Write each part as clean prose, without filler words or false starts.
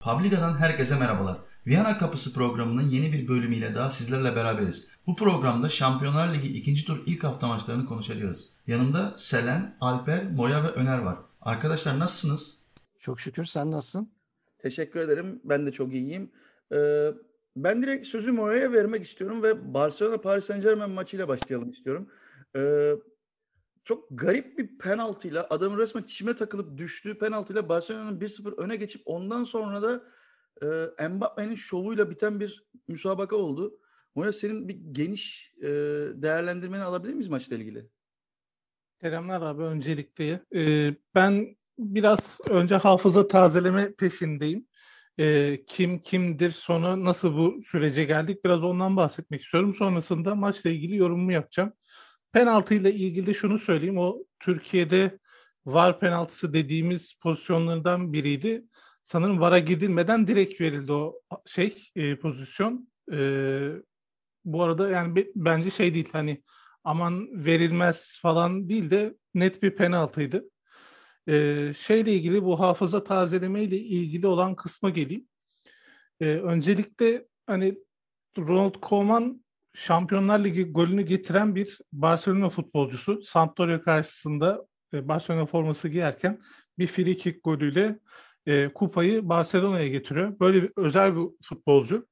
Publiga'dan herkese merhabalar. Viyana Kapısı programının yeni bir bölümüyle daha sizlerle beraberiz. Bu programda Şampiyonlar Ligi ikinci tur ilk hafta maçlarını konuşacağız. Yanımda Selen, Alper, Moya ve Öner var. Arkadaşlar nasılsınız? Çok şükür, sen nasılsın? Teşekkür ederim. Ben de çok iyiyim. Ben direkt sözü Moya'ya vermek istiyorum ve Barcelona Paris Saint-Germain maçıyla başlayalım istiyorum. Çok garip bir penaltıyla, adamın resmen çime takılıp düştüğü penaltıyla Barcelona'nın 1-0 öne geçip ondan sonra da Mbappe'nin şovuyla biten bir müsabaka oldu. Moya, senin bir geniş değerlendirmeni alabilir miyiz maçla ilgili? Selamlar abi öncelikle. Ben biraz önce hafıza tazeleme peşindeyim. Kim kimdir, sonra nasıl bu sürece geldik, biraz ondan bahsetmek istiyorum. Sonrasında maçla ilgili yorumumu yapacağım. Penaltı ile ilgili şunu söyleyeyim. O Türkiye'de VAR penaltısı dediğimiz pozisyonlardan biriydi. Sanırım VAR'a gidilmeden direkt verildi o pozisyon. Bu arada yani bence şey değil, hani aman verilmez falan değil de net bir penaltıydı. Şeyle ilgili, bu hafıza tazeleme ile ilgili olan kısma geleyim. Öncelikle hani Ronald Koeman Şampiyonlar Ligi golünü getiren bir Barcelona futbolcusu. Sampdoria karşısında Barcelona forması giyerken bir free kick golüyle kupayı Barcelona'ya getiriyor. Böyle bir özel bir futbolcu.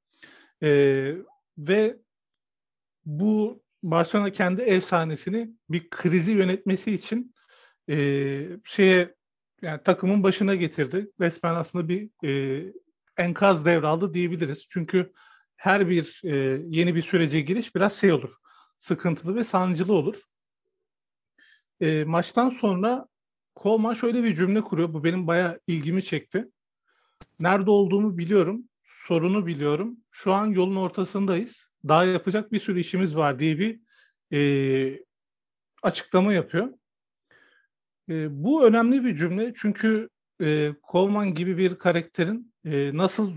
Ve bu Barcelona kendi efsanesini bir krizi yönetmesi için yani takımın başına getirdi. Resmen aslında bir enkaz devraldı diyebiliriz. Çünkü her bir yeni bir sürece giriş biraz şey olur. Sıkıntılı ve sancılı olur. Maçtan sonra Koeman şöyle bir cümle kuruyor. Bu benim bayağı ilgimi çekti. Nerede olduğumu biliyorum. Sorunu biliyorum. Şu an yolun ortasındayız. Daha yapacak bir sürü işimiz var diye bir açıklama yapıyor. Bu önemli bir cümle, çünkü Coleman gibi bir karakterin nasıl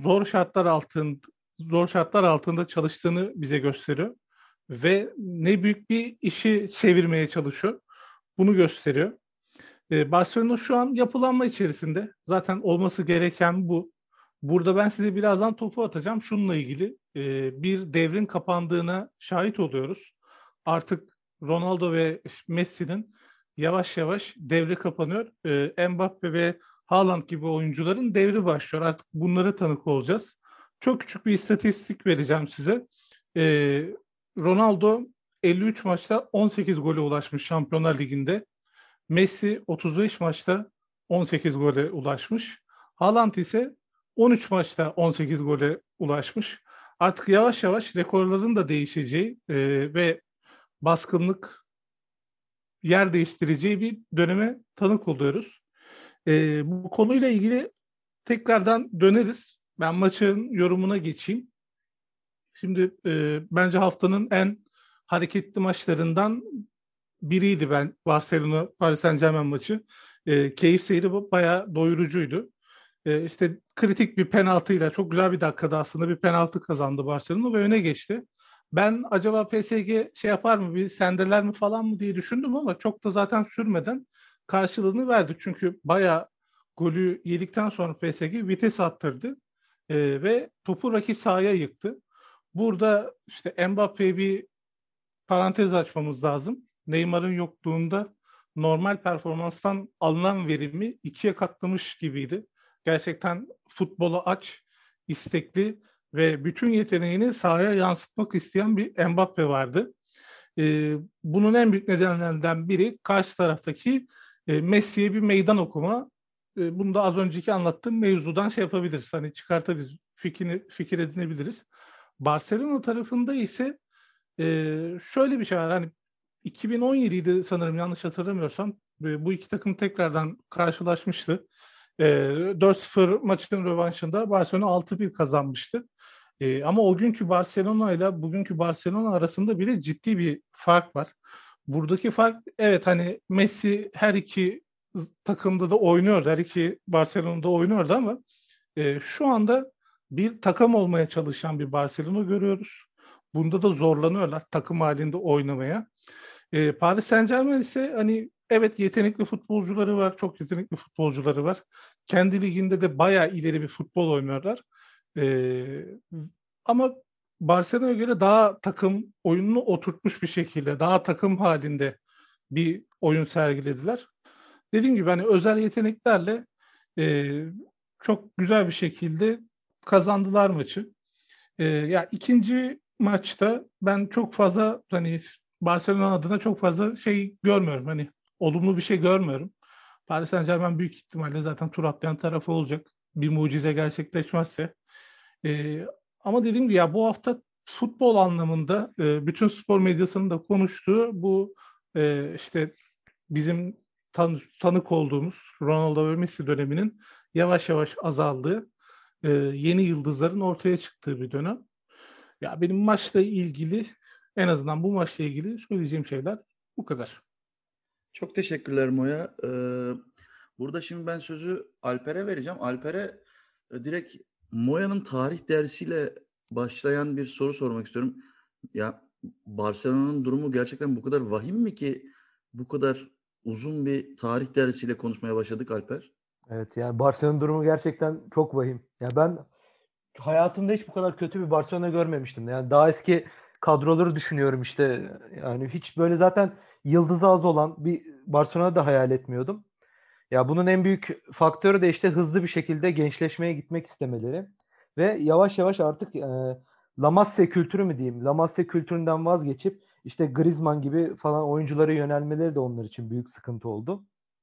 zor şartlar altında çalıştığını bize gösteriyor ve ne büyük bir işi çevirmeye çalışıyor. Bunu gösteriyor. Barcelona şu an yapılanma içerisinde. Zaten olması gereken bu. Burada ben size birazdan topu atacağım. Şununla ilgili bir devrin kapandığına şahit oluyoruz. Artık Ronaldo ve Messi'nin yavaş yavaş devri kapanıyor. Mbappe ve Haaland gibi oyuncuların devri başlıyor. Artık bunlara tanık olacağız. Çok küçük bir istatistik vereceğim size. Ronaldo 53 maçta 18 gole ulaşmış Şampiyonlar Ligi'nde. Messi 35 maçta 18 gole ulaşmış. Haaland ise 13 maçta 18 gole ulaşmış. Artık yavaş yavaş rekorların da değişeceği ve baskınlık yer değiştireceği bir döneme tanık oluyoruz. Bu konuyla ilgili tekrardan döneriz. Ben maçın yorumuna geçeyim. Şimdi bence haftanın en hareketli maçlarından biriydi Barcelona Paris Saint-Germain maçı. Keyif seyri bayağı doyurucuydu. İşte kritik bir penaltıyla, çok güzel bir dakikada aslında bir penaltı kazandı Barcelona ve öne geçti. Ben acaba PSG şey yapar mı, bir sendeler mi falan mı diye düşündüm ama çok da zaten sürmeden karşılığını verdi. Çünkü bayağı golü yedikten sonra PSG vites attırdı ve topu rakip sahaya yıktı. Burada işte Mbappe'ye bir parantez açmamız lazım. Neymar'ın yokluğunda normal performanstan alınan verimi ikiye katlamış gibiydi. Gerçekten futbola aç, istekli ve bütün yeteneğini sahaya yansıtmak isteyen bir Mbappe vardı. Bunun en büyük nedenlerinden biri karşı taraftaki Messi'ye bir meydan okuma. Bunu da az önceki anlattığım mevzudan şey yapabiliriz. Hani çıkartabiliriz, fikir edinebiliriz. Barcelona tarafında ise şöyle bir şey var. Hani 2017'ydi sanırım, yanlış hatırlamıyorsam. Bu iki takım tekrardan karşılaşmıştı. 4-0 maçın rövanşında Barcelona 6-1 kazanmıştı. Ama o günkü Barcelona ile bugünkü Barcelona arasında bile ciddi bir fark var. Buradaki fark, evet, hani Messi her iki takımda da oynuyordu. Her iki Barcelona'da oynuyordu ama şu anda bir takım olmaya çalışan bir Barcelona görüyoruz. Bunda da zorlanıyorlar takım halinde oynamaya. Paris Saint-Germain ise hani evet, yetenekli futbolcuları var. Çok yetenekli futbolcuları var. Kendi liginde de bayağı ileri bir futbol oynuyorlar. Ee, ama Barcelona'ya göre daha takım oyununu oturtmuş bir şekilde, daha takım halinde bir oyun sergilediler. Dediğim gibi hani özel yeteneklerle e, çok güzel bir şekilde kazandılar maçı. Ya ikinci maçta ben çok fazla hani Barcelona adına çok fazla şey görmüyorum. Hani olumlu bir şey görmüyorum. Paris Saint-Germain büyük ihtimalle zaten tur atlayan tarafı olacak. Bir mucize gerçekleşmezse. Ee, ama dediğim gibi ya bu hafta futbol anlamında bütün spor medyasının da konuştuğu bu işte bizim tanık olduğumuz Ronaldo ve Messi döneminin yavaş yavaş azaldığı, yeni yıldızların ortaya çıktığı bir dönem. Ya benim maçla ilgili, en azından bu maçla ilgili söyleyeceğim şeyler bu kadar. Çok teşekkürler Moya. Burada şimdi ben sözü Alper'e vereceğim. Alper'e direkt Moya'nın tarih dersiyle başlayan bir soru sormak istiyorum. Ya Barcelona'nın durumu gerçekten bu kadar vahim mi ki bu kadar uzun bir tarih dersiyle konuşmaya başladık Alper? Evet, yani Barcelona'nın durumu gerçekten çok vahim. Ya ben hayatımda hiç bu kadar kötü bir Barcelona görmemiştim. Yani daha eski kadroları düşünüyorum işte. Yani hiç böyle zaten yıldızı az olan bir Barcelona da hayal etmiyordum. Ya bunun en büyük faktörü de işte hızlı bir şekilde gençleşmeye gitmek istemeleri ve yavaş yavaş artık La Masia kültürü mü diyeyim? La Masia kültüründen vazgeçip işte Griezmann gibi falan oyunculara yönelmeleri de onlar için büyük sıkıntı oldu.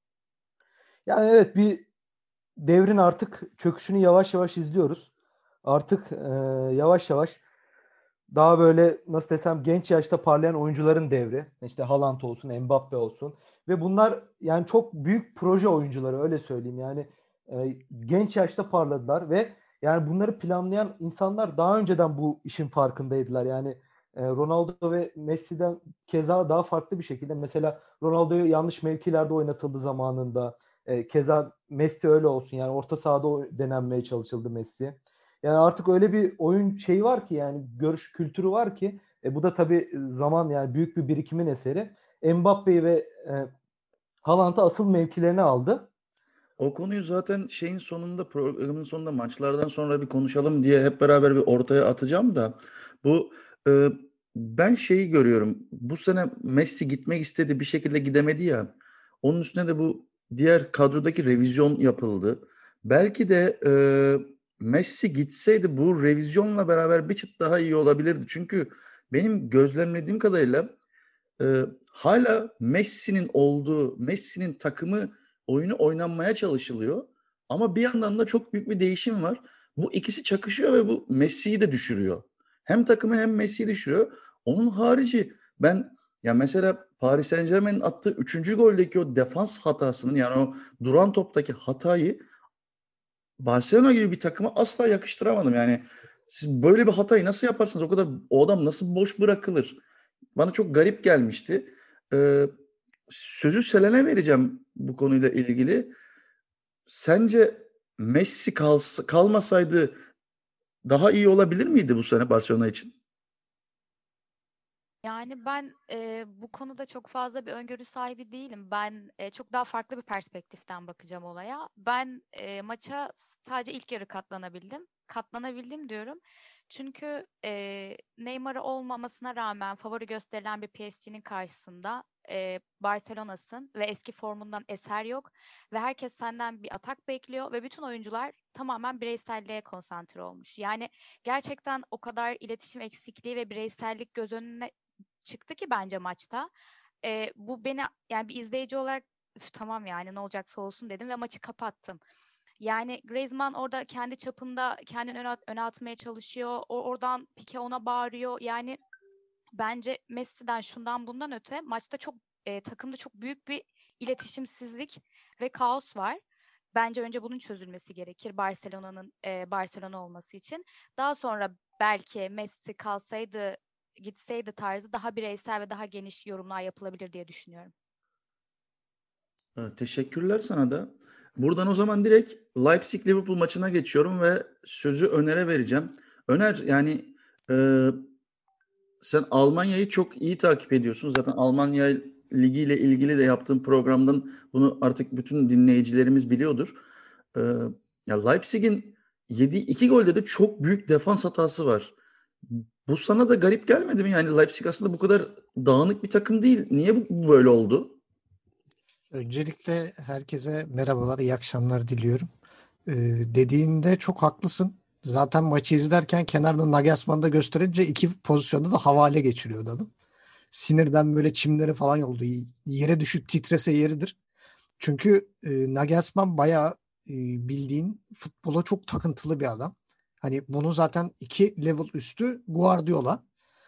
Yani evet, bir devrin artık çöküşünü yavaş yavaş izliyoruz. Artık yavaş yavaş daha böyle nasıl desem genç yaşta parlayan oyuncuların devri. İşte Haaland olsun, Mbappe olsun. Ve bunlar yani çok büyük proje oyuncuları, öyle söyleyeyim. Yani genç yaşta parladılar ve yani bunları planlayan insanlar daha önceden bu işin farkındaydılar. Yani Ronaldo ve Messi'den keza daha farklı bir şekilde. Mesela Ronaldo'yu yanlış mevkilerde oynatıldı zamanında. Keza Messi öyle olsun. Yani orta sahada denenmeye çalışıldı Messi. Yani artık öyle bir oyun şeyi var ki, yani görüş kültürü var ki bu da tabii zaman, yani büyük bir birikimin eseri. Mbappe'yi ve Haaland'ı asıl mevkilerine aldı. O konuyu zaten şeyin sonunda, programın sonunda, maçlardan sonra bir konuşalım diye hep beraber bir ortaya atacağım da bu e, ben şeyi görüyorum. Bu sene Messi gitmek istedi, bir şekilde gidemedi ya. Onun üstüne de bu diğer kadrodaki revizyon yapıldı. Belki de Messi gitseydi bu revizyonla beraber bir çıt daha iyi olabilirdi. Çünkü benim gözlemlediğim kadarıyla hala Messi'nin olduğu, Messi'nin takımı oyunu oynanmaya çalışılıyor. Ama bir yandan da çok büyük bir değişim var. Bu ikisi çakışıyor ve bu Messi'yi de düşürüyor. Hem takımı hem Messi'yi düşürüyor. Onun harici ben ya mesela Paris Saint-Germain'in attığı 3. goldeki o defans hatasının, yani o duran toptaki hatayı Barcelona gibi bir takıma asla yakıştıramadım. Yani siz böyle bir hatayı nasıl yaparsınız? O kadar, o adam nasıl boş bırakılır? Bana çok garip gelmişti. Ee, sözü Selen'e vereceğim bu konuyla ilgili. Sence Messi kalmasaydı daha iyi olabilir miydi bu sene Barcelona için? Yani ben bu konuda çok fazla bir öngörü sahibi değilim. Ben çok daha farklı bir perspektiften bakacağım olaya. Ben maça sadece ilk yarı katlanabildim. Katlanabildim diyorum. Çünkü Neymar'ı olmamasına rağmen favori gösterilen bir PSG'nin karşısında Barcelona'sın ve eski formundan eser yok. Ve herkes senden bir atak bekliyor ve bütün oyuncular tamamen bireyselliğe konsantre olmuş. Yani gerçekten o kadar iletişim eksikliği ve bireysellik göz önüne çıktı ki bence maçta. Bu beni, yani bir izleyici olarak "Üf, tamam yani ne olacaksa olsun" dedim ve maçı kapattım. Yani Griezmann orada kendi çapında kendini öne atmaya çalışıyor. Oradan Pique ona bağırıyor. Yani bence Messi'den şundan bundan öte maçta çok takımda çok büyük bir iletişimsizlik ve kaos var. Bence önce bunun çözülmesi gerekir Barcelona'nın Barcelona olması için. Daha sonra belki Messi kalsaydı, gitseydi tarzı daha bireysel ve daha geniş yorumlar yapılabilir diye düşünüyorum. Teşekkürler sana da. Buradan o zaman direkt Leipzig-Liverpool maçına geçiyorum ve sözü Öner'e vereceğim. Öner, yani sen Almanya'yı çok iyi takip ediyorsun. Zaten Almanya Ligi ile ilgili de yaptığım programdan bunu artık bütün dinleyicilerimiz biliyordur. Ee, Ya Leipzig'in yediği 2 golde de çok büyük defans hatası var. Bu sana da garip gelmedi mi? Yani Leipzig aslında bu kadar dağınık bir takım değil. Niye bu böyle oldu? Öncelikle herkese merhabalar, iyi akşamlar diliyorum. Dediğinde çok haklısın. Zaten maçı izlerken kenarda Nagelsmann'da gösterince iki pozisyonda da havale geçiriyordu adam. Sinirden böyle çimleri falan yoldu. Yere düşüp titrese yeridir. Çünkü Nagelsmann bayağı bildiğin futbola çok takıntılı bir adam. Hani bunu zaten 2 level üstü Guardiola.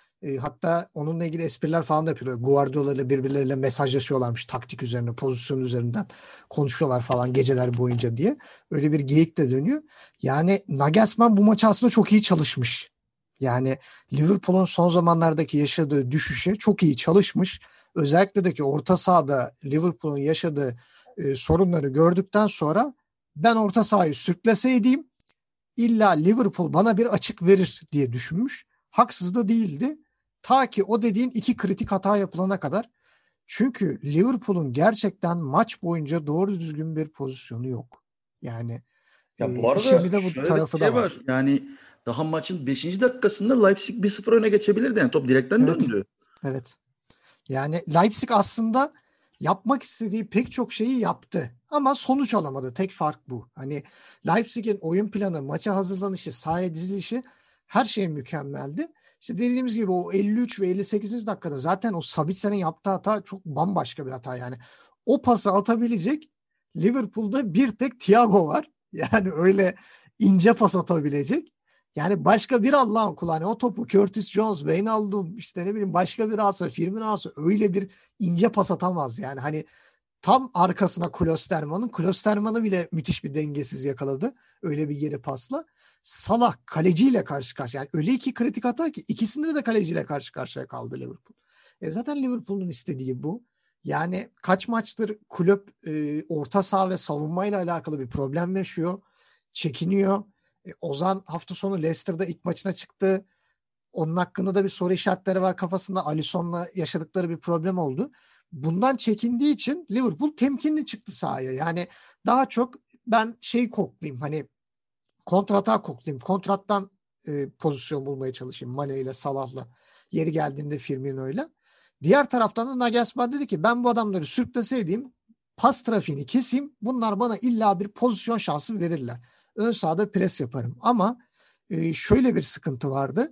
Hatta onunla ilgili espriler falan da yapıyorlar. Guardiola ile birbirleriyle mesajlaşıyorlarmış taktik üzerine, pozisyon üzerinden konuşuyorlar falan geceler boyunca diye. Öyle bir geyik de dönüyor. Yani Nagelsmann bu maçı aslında çok iyi çalışmış. Yani Liverpool'un son zamanlardaki yaşadığı düşüşe çok iyi çalışmış. Özellikle de ki orta sahada Liverpool'un yaşadığı sorunları gördükten sonra ben orta sahayı sürkleseydim illa Liverpool bana bir açık verir diye düşünmüş. Haksız da değildi. Ta ki o dediğin 2 kritik hata yapılana kadar. Çünkü Liverpool'un gerçekten maç boyunca doğru düzgün bir pozisyonu yok. Yani Ya bu işin arada bir de bu şöyle de bir tarafı da şey var. var. Yani daha maçın 5. dakikasında Leipzig 1-0 öne geçebilirdi. Yani top direkten Evet, döndü. evet. Yani Leipzig aslında yapmak istediği pek çok şeyi yaptı. Ama sonuç alamadı. Tek fark bu. Hani Leipzig'in oyun planı, maça hazırlanışı, sahaya dizilişi her şey mükemmeldi. İşte dediğimiz gibi o 53 ve 58. dakikada zaten o Sabitzer'in yaptığı hata çok bambaşka bir hata yani. O pası atabilecek Liverpool'da bir tek Thiago var. Yani öyle ince pas atabilecek. Yani başka bir Allah'ın kulu hani o topu Curtis Jones, Wijnaldum işte ne bileyim başka bir alsa, Firmino alsa öyle bir ince pas atamaz. Yani hani tam arkasına Klosterman'ı bile müthiş bir dengesiz yakaladı. Öyle bir geri pasla. Salah kaleciyle karşı karşıya. Yani öyle 2 kritik hata ki ikisinde de kaleciyle karşı karşıya kaldı Liverpool. Zaten Liverpool'un istediği bu. Yani kaç maçtır kulüp orta saha ve savunmayla alakalı bir problem yaşıyor. Çekiniyor. Ozan hafta sonu Leicester'da ilk maçına çıktı. Onun hakkında da bir soru işaretleri var kafasında. Alisson'la yaşadıkları bir problem oldu. Bundan çekindiği için Liverpool temkinli çıktı sahaya. Yani daha çok ben koklayayım hani kontrata koklayayım. Kontrattan pozisyon bulmaya çalışayım Mane ile Salah'la. Yeri geldiğinde Firmino'yla. Diğer taraftan da Nagelsmann dedi ki ben bu adamları sürükleseydim pas trafiğini keseyim. Bunlar bana illa bir pozisyon şansı verirler. Ön sahada pres yaparım. Ama şöyle bir sıkıntı vardı.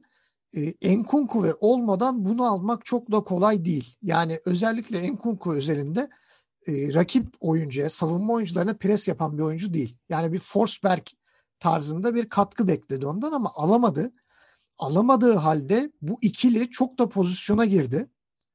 Enkunku ve olmadan bunu almak çok da kolay değil. Yani özellikle Enkunku özelinde rakip oyuncuya, savunma oyuncularına pres yapan bir oyuncu değil. Yani bir Forsberg tarzında bir katkı bekledi ondan ama alamadı. Alamadığı halde bu ikili çok da pozisyona girdi.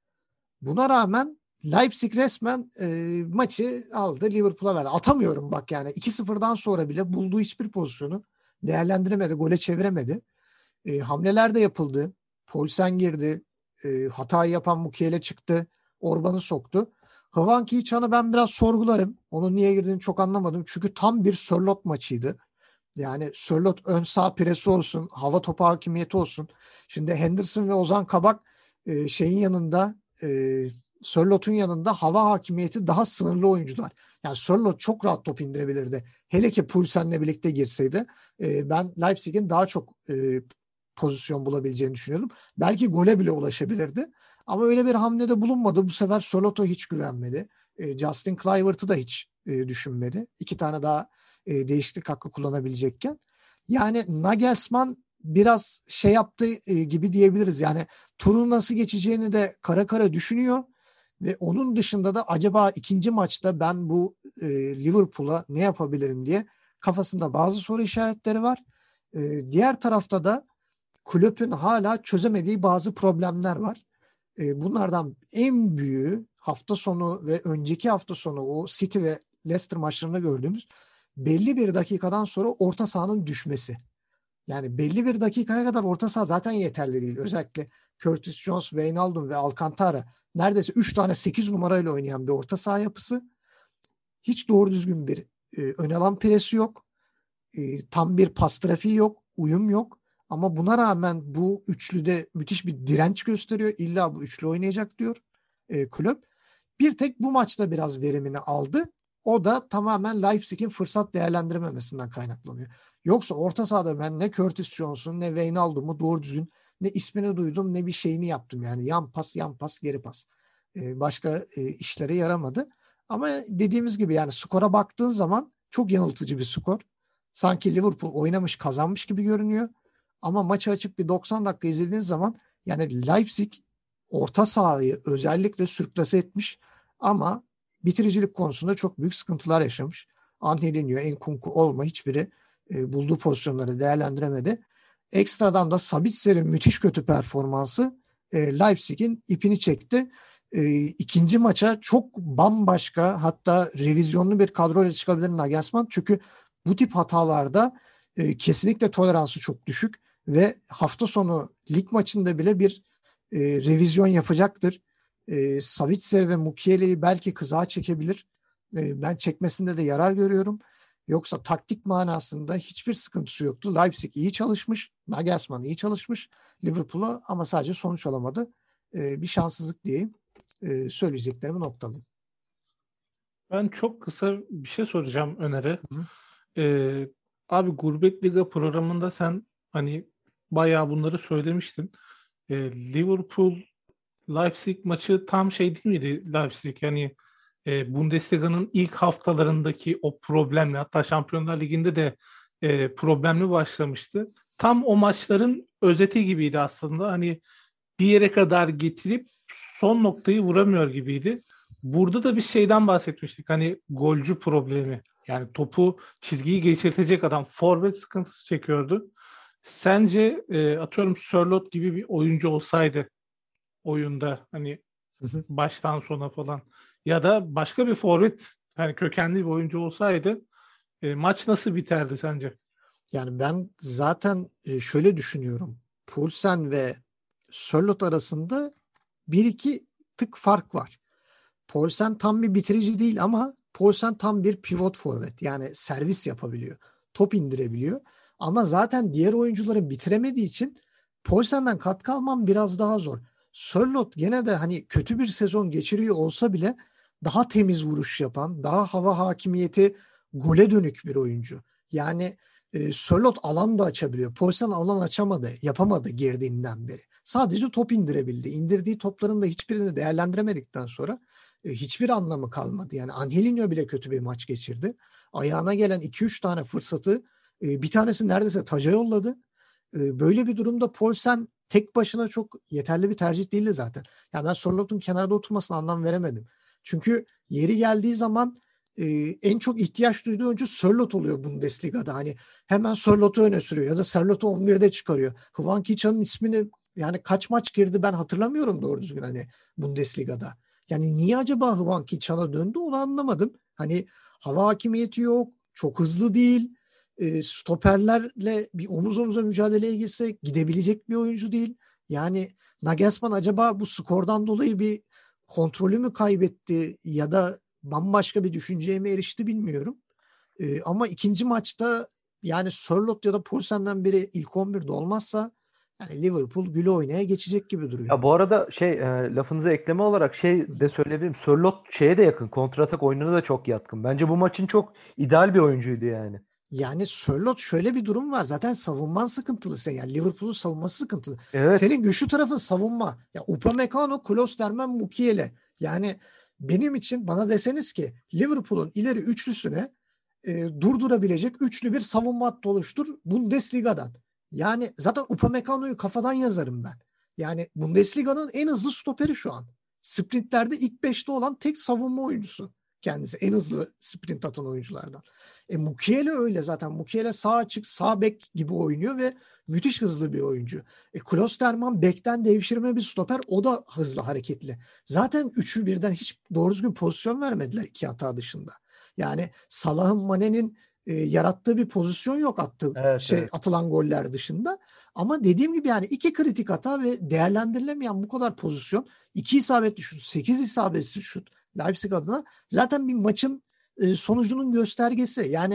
Buna rağmen Leipzig resmen maçı aldı Liverpool'a verdi. Atamıyorum bak yani 2-0'dan sonra bile bulduğu hiçbir pozisyonu değerlendiremedi, gole çeviremedi. Hamleler de yapıldı. Poulsen girdi. Hatayı yapan Mukiele çıktı. Orban'ı soktu. Hwang Hee-chan'ı ben biraz sorgularım. Onun niye girdiğini çok anlamadım. Çünkü tam bir Sörloth maçıydı. Yani Sörloth ön sağ presi olsun, hava topu hakimiyeti olsun. Şimdi Henderson ve Ozan Kabak şeyin yanında Sörloth'un yanında hava hakimiyeti daha sınırlı oyuncular. Yani Sörloth çok rahat top indirebilirdi. Hele ki Poulsen'le birlikte girseydi ben Leipzig'in daha çok pozisyon bulabileceğini düşünüyordum. Belki gole bile ulaşabilirdi. Ama öyle bir hamlede bulunmadı. Bu sefer Sörloth'a hiç güvenmedi. Justin Kluivert'ı da hiç düşünmedi. 2 tane daha değişiklik hakkı kullanabilecekken. Yani Nagelsmann biraz yaptı gibi diyebiliriz. Yani turun nasıl geçeceğini de kara kara düşünüyor ve onun dışında da acaba ikinci maçta ben bu Liverpool'a ne yapabilirim diye kafasında bazı soru işaretleri var. Diğer tarafta da kulübün hala çözemediği bazı problemler var. Bunlardan en büyüğü hafta sonu ve önceki hafta sonu o City ve Leicester maçlarında gördüğümüz belli bir dakikadan sonra orta sahanın düşmesi. Yani belli bir dakikaya kadar orta saha zaten yeterli değil. Özellikle Curtis Jones, Wijnaldum ve Alcantara neredeyse 3 tane 8 numarayla oynayan bir orta saha yapısı. Hiç doğru düzgün bir ön alan presi yok. Tam bir pas trafiği yok. Uyum yok. Ama buna rağmen bu üçlüde müthiş bir direnç gösteriyor. İlla bu üçlü oynayacak diyor kulüp. Bir tek bu maçta biraz verimini aldı. O da tamamen Leipzig'in fırsat değerlendirememesinden kaynaklanıyor. Yoksa orta sahada ben ne Curtis Jones'un ne Wijnaldum'u doğru düzgün ne ismini duydum ne bir şeyini yaptım. Yani yan pas, geri pas. Başka işlere yaramadı. Ama dediğimiz gibi yani skora baktığın zaman çok yanıltıcı bir skor. Sanki Liverpool oynamış, kazanmış gibi görünüyor. Ama maçı açıp bir 90 dakika izlediğin zaman yani Leipzig orta sahayı özellikle sürklase etmiş ama bitiricilik konusunda çok büyük sıkıntılar yaşamış. Angelinho, Nkunku olma hiçbiri bulduğu pozisyonları değerlendiremedi. Ekstradan da Sabitzer'in müthiş kötü performansı Leipzig'in ipini çekti. İkinci maça çok bambaşka hatta revizyonlu bir kadroyla çıkabilir Nagelsmann. Çünkü bu tip hatalarda kesinlikle toleransı çok düşük ve hafta sonu lig maçında bile bir revizyon yapacaktır. Sabitzer ve Mukiele'yi belki kızağa çekebilir. Ben çekmesinde de yarar görüyorum. Yoksa taktik manasında hiçbir sıkıntısı yoktu. Leipzig iyi çalışmış. Nagelsmann iyi çalışmış. Liverpool'a ama sadece sonuç alamadı. Bir şanssızlık diyeyim. Söyleyeceklerimi noktalayayım. Ben çok kısa bir şey soracağım Öner'e. Abi Gurbet Liga programında sen hani bayağı bunları söylemiştin. Liverpool Leipzig maçı tam şey değil miydi Leipzig? Yani Bundesliga'nın ilk haftalarındaki o problemli, hatta Şampiyonlar Ligi'nde de problemli başlamıştı. Tam o maçların özeti gibiydi aslında. Hani bir yere kadar getirip son noktayı vuramıyor gibiydi. Burada da bir şeyden bahsetmiştik. Hani golcü problemi. Yani topu çizgiyi geçirtecek adam. Forvet sıkıntısı çekiyordu. Sence atıyorum Sörloth gibi bir oyuncu olsaydı oyunda hani baştan sona falan ya da başka bir forvet hani kökenli bir oyuncu olsaydı maç nasıl biterdi sence? Yani ben zaten şöyle düşünüyorum. Poulsen ve Sörloth arasında bir iki tık fark var. Poulsen tam bir bitirici değil ama Poulsen tam bir pivot forvet. Yani servis yapabiliyor. Top indirebiliyor. Ama zaten diğer oyuncuların bitiremediği için Poulsen'den katkı almam biraz daha zor. Sörloth gene de hani kötü bir sezon geçiriyor olsa bile daha temiz vuruş yapan, daha hava hakimiyeti gole dönük bir oyuncu. Yani Sörloth alan da açabiliyor. Poulsen alan açamadı, yapamadı girdiğinden beri. Sadece top indirebildi. İndirdiği topların da hiçbirini değerlendiremedikten sonra hiçbir anlamı kalmadı. Yani Angelinho bile kötü bir maç geçirdi. Ayağına gelen 2-3 tane fırsatı bir tanesi neredeyse taca yolladı. Böyle bir durumda Poulsen tek başına çok yeterli bir tercih değildi zaten. Yani ben Sörloth'un kenarda oturmasına anlam veremedim. Çünkü yeri geldiği zaman en çok ihtiyaç duyduğu oyuncu Sörloth oluyor Bundesliga'da. Hani hemen Sörloth'u öne sürüyor ya da Sörloth'u 11'de çıkarıyor. Hwang Hee-chan'ın ismini yani kaç maç girdi ben hatırlamıyorum doğru düzgün hani Bundesliga'da. Yani niye acaba Hwang Hee-chan'a döndü onu anlamadım. Hani hava hakimiyeti yok, çok hızlı değil. Stoperlerle bir omuz omuza mücadeleye girse gidebilecek bir oyuncu değil. Yani Nagelsmann acaba bu skordan dolayı bir kontrolü mü kaybetti ya da bambaşka bir düşünceye mi erişti bilmiyorum. Ama ikinci maçta yani Sörloth ya da Poulsen'den biri ilk 11'de olmazsa yani Liverpool güle oynaya geçecek gibi duruyor. Ya bu arada lafınıza ekleme olarak de söyleyebilirim. Sörloth şeye de yakın. Kontratak oyununa da çok yatkın. Bence bu maçın çok ideal bir oyuncuydu yani. Yani Sörloth şöyle bir durum var. Zaten savunman sıkıntılı sen. Yani Liverpool'un savunması sıkıntılı. Evet. Senin güçlü tarafın savunma. Ya Upamecano, Klosterman, Mukiele. Yani benim için bana deseniz ki Liverpool'un ileri üçlüsüne durdurabilecek üçlü bir savunma hattı oluştur Bundesliga'dan. Yani zaten Upamecano'yu kafadan yazarım ben. Yani Bundesliga'nın en hızlı stoperi şu an. Sprintlerde ilk 5'te olan tek savunma oyuncusu. Kendisi en hızlı sprint atan oyunculardan. Mukiele öyle zaten. Mukiele sağ açık, sağ bek gibi oynuyor ve müthiş hızlı bir oyuncu. Klosterman bekten devşirme bir stoper. O da hızlı, hareketli. Zaten üçü birden hiç doğru düzgün pozisyon vermediler iki hata dışında. Yani Salah'ın, Mane'nin yarattığı bir pozisyon yok Evet. atılan goller dışında. Ama dediğim gibi yani iki kritik hata ve değerlendirilemeyen bu kadar pozisyon, 2 isabetli şut, 8 isabetli şut Leipzig adına zaten bir maçın sonucunun göstergesi. Yani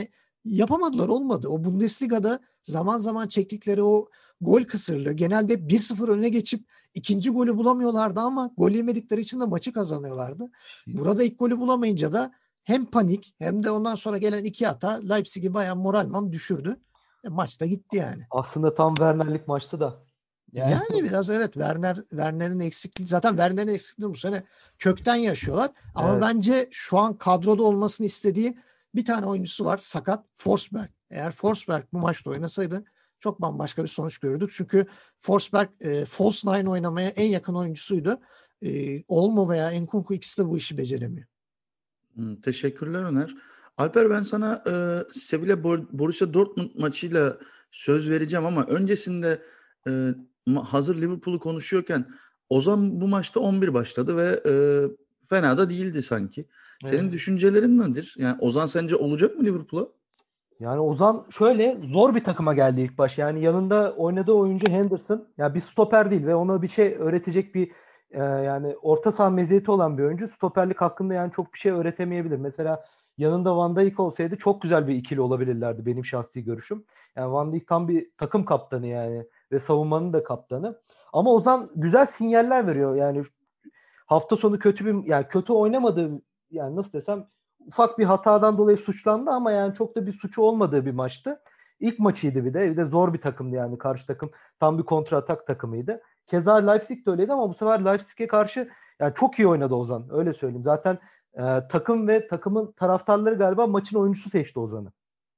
Yapamadılar, olmadı. O Bundesliga'da zaman zaman çektikleri o gol kısırlığı, genelde 1-0 öne geçip ikinci golü bulamıyorlardı ama gol yemedikleri için de maçı kazanıyorlardı. Burada ilk golü bulamayınca da hem panik hem de ondan sonra gelen iki hata Leipzig'i bayağı moralman düşürdü. Maç da gitti yani. Aslında tam Werner'lik maçtı da. Yani biraz evet, Werner'in eksikliği, zaten Werner'in eksikliği bu sene kökten yaşıyorlar. Ama Evet. bence şu an kadroda olmasını istediği bir tane oyuncusu var, sakat, Forsberg. Eğer Forsberg bu maçta oynasaydı çok bambaşka bir sonuç görürdük. Çünkü Forsberg false nine oynamaya en yakın oyuncusuydu. Olmo veya Nkunku ikisi de bu işi beceremiyor. Teşekkürler Öner. Alper, ben sana Sevilla Borussia Dortmund maçıyla söz vereceğim ama öncesinde hazır Liverpool'u konuşuyorken Ozan bu maçta 11 başladı ve fena da değildi sanki. Senin Evet. düşüncelerin nedir? Yani Ozan sence olacak mı Liverpool'a? Yani Ozan şöyle zor bir takıma geldi ilk baş. Yani yanında oynadığı oyuncu Henderson. Ya bir stoper değil ve ona bir şey öğretecek bir yani orta saha meziyeti olan bir oyuncu. Stoperlik hakkında yani çok bir şey öğretemeyebilir. Mesela yanında Van Dijk olsaydı çok güzel bir ikili olabilirlerdi, benim şahsi görüşüm. Yani Van Dijk tam bir takım kaptanı yani ve savunmanın da kaptanı. Ama Ozan güzel sinyaller veriyor. Yani hafta sonu kötü oynamadığı, yani nasıl desem, ufak bir hatadan dolayı suçlandı ama yani çok da bir suçu olmadığı bir maçtı. İlk maçıydı bir de zor bir takımdı yani, karşı takım tam bir kontra atak takımıydı. Keza Leipzig de öyleydi ama bu sefer Leipzig'e karşı yani çok iyi oynadı Ozan, öyle söyleyeyim. Zaten takım ve takımın taraftarları galiba maçın oyuncusu seçti Ozan'ı.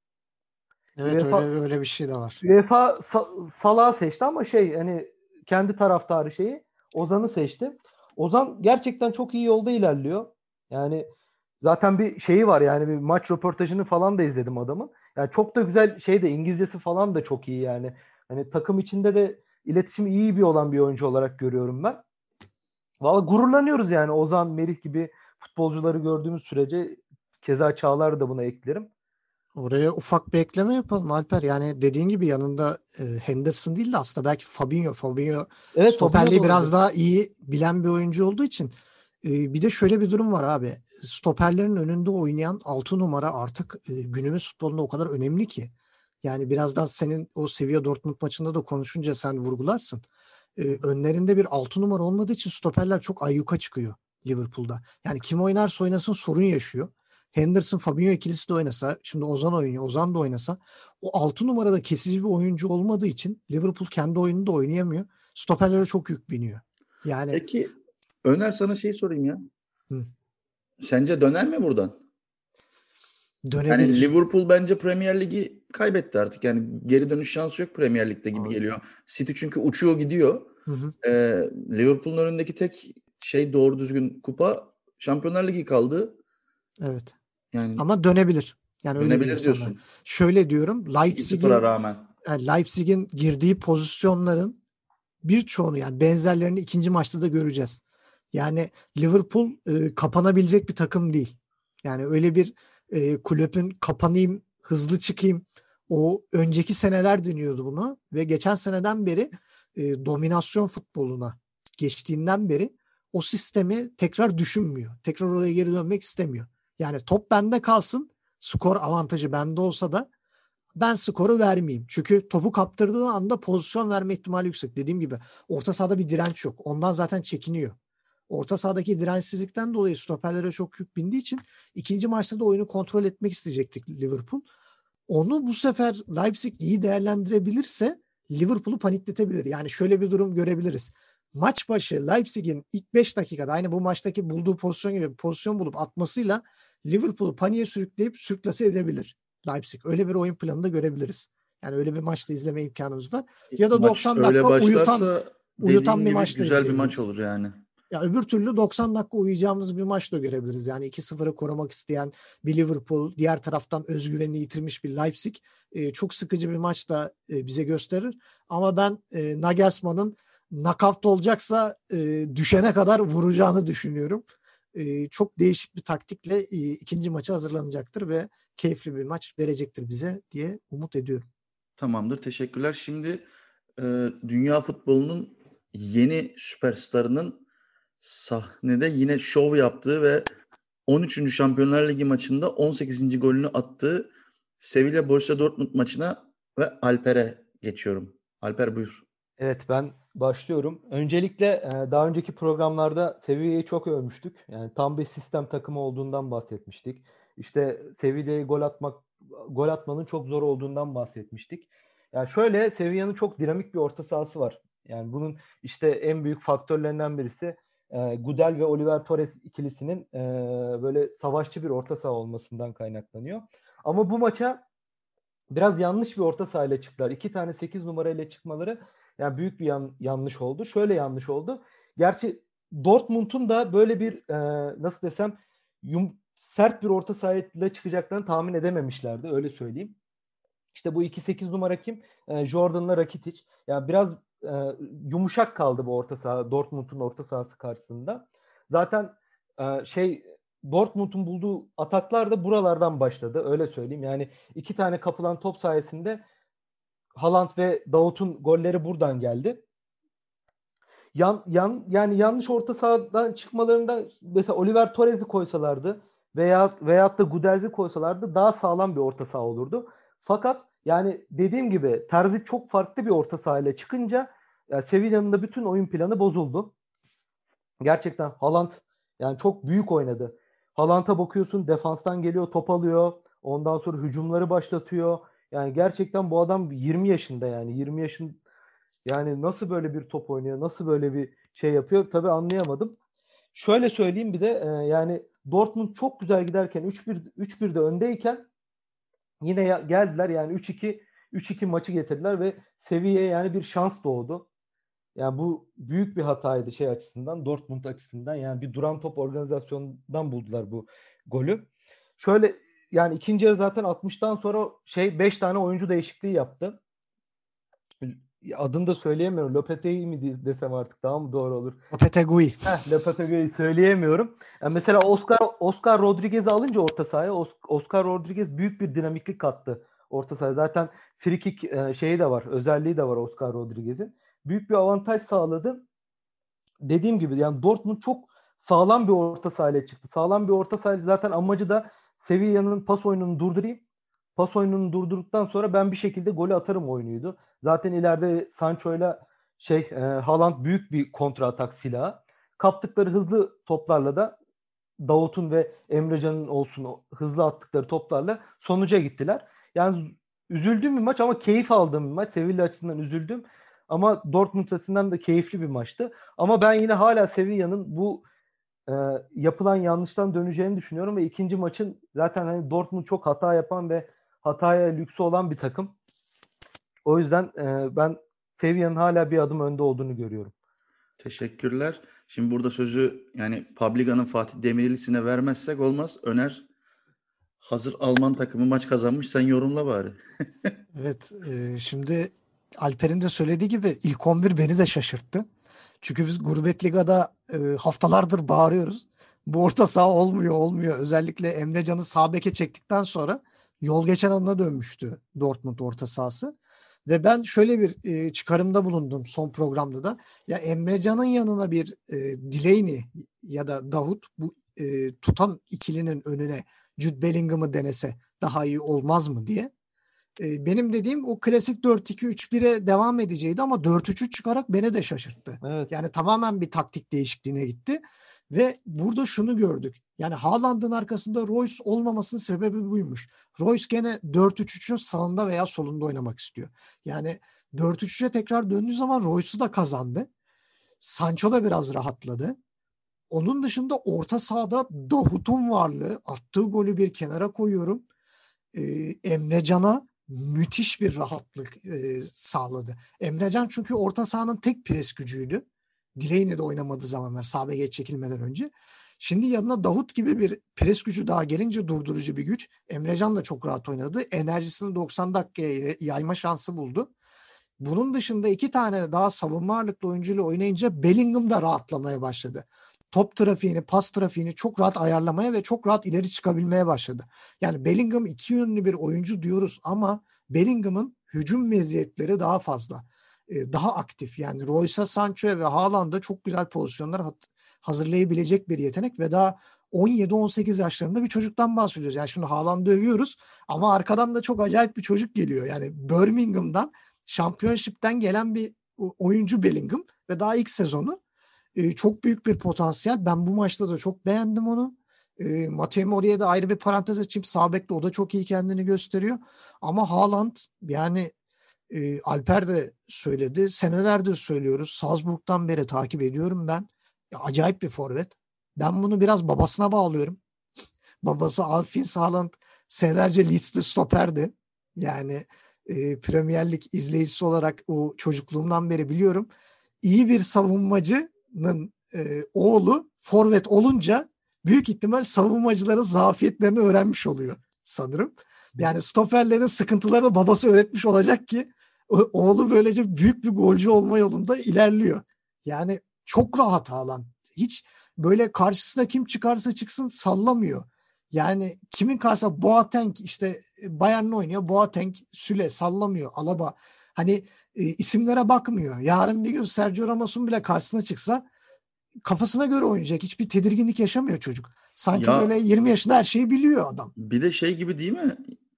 Evet, UEFA, öyle bir şey de var. UEFA Salah'ı seçti ama hani kendi taraftarı Ozan'ı seçti. Ozan gerçekten çok iyi yolda ilerliyor. Yani zaten bir şeyi var, yani bir maç röportajını falan da izledim adamın. Yani çok da güzel İngilizcesi falan da çok iyi yani. Hani takım içinde de iletişimi iyi olan bir oyuncu olarak görüyorum ben. Vallahi gururlanıyoruz yani Ozan, Merih gibi futbolcuları gördüğümüz sürece, keza Çağlar'ı da buna eklerim. Oraya ufak bir ekleme yapalım Alper. Yani dediğin gibi yanında Henderson değil de aslında belki Fabinho Evet, Fabinho da stoperliği biraz olabilir. daha iyi bilen bir oyuncu olduğu için. Bir de şöyle bir durum var abi. Stoperlerin önünde oynayan 6 numara artık günümüz futbolunda o kadar önemli ki. Yani birazdan senin o Sevilla Dortmund maçında da konuşunca sen vurgularsın. Önlerinde bir 6 numara olmadığı için stoperler çok ayyuka çıkıyor Liverpool'da. Yani kim oynarsa oynasın sorun yaşıyor. Henderson, Fabinho ikilisi de oynasa, şimdi Ozan oynuyor, Ozan da oynasa, o 6 numarada kesici bir oyuncu olmadığı için Liverpool kendi oyununu da oynayamıyor. Stoperlere çok yük biniyor. Yani Peki Öner, sana sorayım ya. Hı. Sence döner mi buradan? Yani dönebilir. Liverpool bence Premier Ligi kaybetti artık. Yani geri dönüş şansı yok Premier Lig'de gibi geliyor. City çünkü uçuyor gidiyor. Hı hı. Liverpool'un önündeki tek doğru düzgün kupa Şampiyonlar Ligi kaldı. Evet. Yani Ama dönebilir. Yani öyle diyeyim dönebilir sana. diyorsun. Şöyle diyorum. 2-0'a rağmen. Leipzig'in girdiği pozisyonların birçoğunu, yani benzerlerini ikinci maçta da göreceğiz. Yani Liverpool kapanabilecek bir takım değil. Yani öyle bir kulübün kapanayım, hızlı çıkayım. O önceki seneler deniyordu bunu ve geçen seneden beri dominasyon futboluna geçtiğinden beri o sistemi tekrar düşünmüyor. Tekrar oraya geri dönmek istemiyor. Yani top bende kalsın, skor avantajı bende olsa da ben skoru vermeyeyim. Çünkü topu kaptırdığı anda pozisyon verme ihtimali yüksek. Dediğim gibi orta sahada bir direnç yok. Ondan zaten çekiniyor. Orta sahadaki dirençsizlikten dolayı stoperlere çok yük bindiği için ikinci maçta da oyunu kontrol etmek isteyecektik Liverpool. Onu bu sefer Leipzig iyi değerlendirebilirse Liverpool'u panikletebilir. Yani şöyle bir durum görebiliriz. Maç başı Leipzig'in ilk 5 dakikada aynı bu maçtaki bulduğu pozisyon gibi bir pozisyon bulup atmasıyla Liverpool'u paniğe sürükleyip sürklase edebilir Leipzig. Öyle bir oyun planını da görebiliriz. Yani öyle bir maçta izleme imkanımız var. Ya da Maç 90 öyle dakika başlarsa uyutan dediğin bir gibi maçta güzel bir maç izleyebiliriz. olur yani. Ya öbür türlü 90 dakika uyuyacağımız bir maç da görebiliriz. Yani 2-0'ı korumak isteyen bir Liverpool, diğer taraftan özgüvenini yitirmiş bir Leipzig çok sıkıcı bir maç da bize gösterir. Ama ben Nagelsmann'ın knockout olacaksa düşene kadar vuracağını düşünüyorum. Çok değişik bir taktikle ikinci maça hazırlanacaktır ve keyifli bir maç verecektir bize diye umut ediyorum. Tamamdır, teşekkürler. Şimdi dünya futbolunun yeni süperstarının sahnede yine şov yaptığı ve 13. Şampiyonlar Ligi maçında 18. golünü attığı Sevilla Borussia Dortmund maçına ve Alper'e geçiyorum. Alper buyur. Evet, ben başlıyorum. Öncelikle daha önceki programlarda Sevilla'yı çok övmüştük. Yani tam bir sistem takımı olduğundan bahsetmiştik. İşte Sevilla'yı gol atmanın çok zor olduğundan bahsetmiştik. Yani şöyle, Sevilla'nın çok dinamik bir orta sahası var. Yani bunun işte en büyük faktörlerinden birisi Gudel ve Oliver Torres ikilisinin böyle savaşçı bir orta saha olmasından kaynaklanıyor. Ama bu maça biraz yanlış bir orta sahayla çıktılar. 2 tane 8 numarayla çıkmaları yani büyük bir yanlış oldu. Şöyle yanlış oldu. Gerçi Dortmund'un da böyle bir nasıl desem sert bir orta sahayla çıkacaklarını tahmin edememişlerdi. Öyle söyleyeyim. İşte bu 2-8 numara kim? Jordan'la Rakitic. Yani biraz yumuşak kaldı bu orta saha. Dortmund'un orta sahası karşısında. Zaten Dortmund'un bulduğu ataklar da buralardan başladı. Öyle söyleyeyim. Yani 2 tane kapılan top sayesinde Haaland ve Davut'un golleri buradan geldi. Yani yanlış orta sahadan çıkmalarında mesela Oliver Torres'i koysalardı veyahut da Gudels'i koysalardı daha sağlam bir orta saha olurdu. Fakat yani dediğim gibi Terzic çok farklı bir orta sahayla çıkınca yani Sevilla'nın da bütün oyun planı bozuldu. Gerçekten Haaland yani çok büyük oynadı. Haaland'a bakıyorsun, defanstan geliyor, top alıyor. Ondan sonra hücumları başlatıyor. Yani gerçekten bu adam 20 yaşında yani. 20 yaşın yani nasıl böyle bir top oynuyor? Nasıl böyle bir şey yapıyor? Tabii anlayamadım. Şöyle söyleyeyim bir de yani Dortmund çok güzel giderken 3-1'de öndeyken yine geldiler yani 3-2 maçı getirdiler ve Sevilla'ya yani bir şans doğdu. Yani bu büyük bir hataydı şey açısından, Dortmund açısından. Yani bir duran top organizasyonundan buldular bu golü. Şöyle yani ikinci yarı zaten 60'tan sonra 5 tane oyuncu değişikliği yaptı. Adını da söyleyemiyorum. Lopetegui mi desem artık daha mı doğru olur? Lopetegui. Lopetegui'yi söyleyemiyorum. Yani mesela Oscar Rodriguez'i alınca orta sahaya Oscar Rodriguez büyük bir dinamiklik kattı orta sahaya. Zaten free kick şeyi de var. Özelliği de var Oscar Rodriguez'in. Büyük bir avantaj sağladı. Dediğim gibi yani Dortmund çok sağlam bir orta sahayla çıktı. Sağlam bir orta sahayla zaten amacı da Sevilla'nın pas oyununu durdurayım. Pas oyununu durdurduktan sonra ben bir şekilde golü atarım oyunuydu. Zaten ileride Sancho'yla Haaland büyük bir kontra atak silahı. Kaptıkları hızlı toplarla da Davut'un ve Emrecan'ın olsun hızlı attıkları toplarla sonuca gittiler. Yani üzüldüğüm bir maç ama keyif aldığım bir maç. Sevilla açısından üzüldüm. Ama Dortmund açısından da keyifli bir maçtı. Ama ben yine hala Sevilla'nın bu yapılan yanlıştan döneceğini düşünüyorum ve ikinci maçın zaten hani Dortmund çok hata yapan ve hataya lüksü olan bir takım. O yüzden ben Sevilla'nın hala bir adım önde olduğunu görüyorum. Teşekkürler. Şimdi burada sözü yani Publica'nın Fatih Demirel'isine vermezsek olmaz. Öner hazır Alman takımı maç kazanmış. Sen yorumla bari. Evet, şimdi Alper'in de söylediği gibi ilk 11 beni de şaşırttı. Çünkü biz Gurbet Liga'da haftalardır bağırıyoruz. Bu orta saha olmuyor. Özellikle Emre Can'ı sağ beke çektikten sonra yol geçen anına dönmüştü Dortmund orta sahası. Ve ben şöyle bir çıkarımda bulundum son programda da. Ya Emre Can'ın yanına bir Delaney ya da Davut bu tutan ikilinin önüne Jude Bellingham'ı denese daha iyi olmaz mı diye. Benim dediğim o klasik 4-2-3-1'e devam edeceğiydi ama 4-3-3 çıkarak beni de şaşırttı. Evet. Yani tamamen bir taktik değişikliğine gitti. Ve burada şunu gördük. Yani Haaland'ın arkasında Royce olmamasının sebebi buymuş. Royce gene 4-3-3'ün sağında veya solunda oynamak istiyor. Yani 4-3-3'e tekrar döndüğü zaman Royce'u da kazandı. Sancho da biraz rahatladı. Onun dışında orta sahada Davut'un varlığı, attığı golü bir kenara koyuyorum. Emre Can'a müthiş bir rahatlık sağladı. Emre Can çünkü orta sahanın tek pres gücüydü. Delaney de oynamadığı zamanlar sağ beke çekilmeden önce. Şimdi yanına Davut gibi bir pres gücü daha gelince durdurucu bir güç. Emre Can da çok rahat oynadı. Enerjisini 90 dakikaya yayma şansı buldu. Bunun dışında 2 tane daha savunma ağırlıklı oyuncuyla oynayınca Bellingham da rahatlamaya başladı. Top trafiğini, pas trafiğini çok rahat ayarlamaya ve çok rahat ileri çıkabilmeye başladı. Yani Bellingham iki yönlü bir oyuncu diyoruz ama Bellingham'ın hücum meziyetleri daha fazla. Daha aktif. Yani Royce'a, Sancho'ya ve Haaland'a çok güzel pozisyonlar hazırlayabilecek bir yetenek ve daha 17-18 yaşlarında bir çocuktan bahsediyoruz. Yani şimdi Haaland'ı övüyoruz ama arkadan da çok acayip bir çocuk geliyor. Yani Birmingham'dan, Championship'ten gelen bir oyuncu Bellingham ve daha ilk sezonu. Çok büyük bir potansiyel. Ben bu maçta da çok beğendim onu. Mateo Mori'ye de ayrı bir parantez açayım. Sağ bekte o da çok iyi kendini gösteriyor. Ama Haaland yani Alper de söyledi. Senelerdir söylüyoruz. Salzburg'dan beri takip ediyorum ben. Ya, acayip bir forvet. Ben bunu biraz babasına bağlıyorum. Babası Alphonse Haaland senelerce Leeds'te stoperdi. Yani Premier Lig izleyicisi olarak o çocukluğumdan beri biliyorum. İyi bir savunmacının oğlu forvet olunca büyük ihtimal savunmacıların zafiyetlerini öğrenmiş oluyor sanırım. Yani stoperlerin sıkıntılarını babası öğretmiş olacak ki oğlu böylece büyük bir golcü olma yolunda ilerliyor. Yani çok rahat Haaland. Hiç böyle karşısına kim çıkarsa çıksın sallamıyor. Yani kimin karşısına Boateng işte Bayern'le oynuyor. Boateng, Süle sallamıyor. Alaba. Hani isimlere bakmıyor. Yarın bir gün Sergio Ramos'un bile karşısına çıksa kafasına göre oynayacak. Hiçbir tedirginlik yaşamıyor çocuk. Sanki Ya böyle 20 yaşında her şeyi biliyor adam. bir de şey gibi değil mi?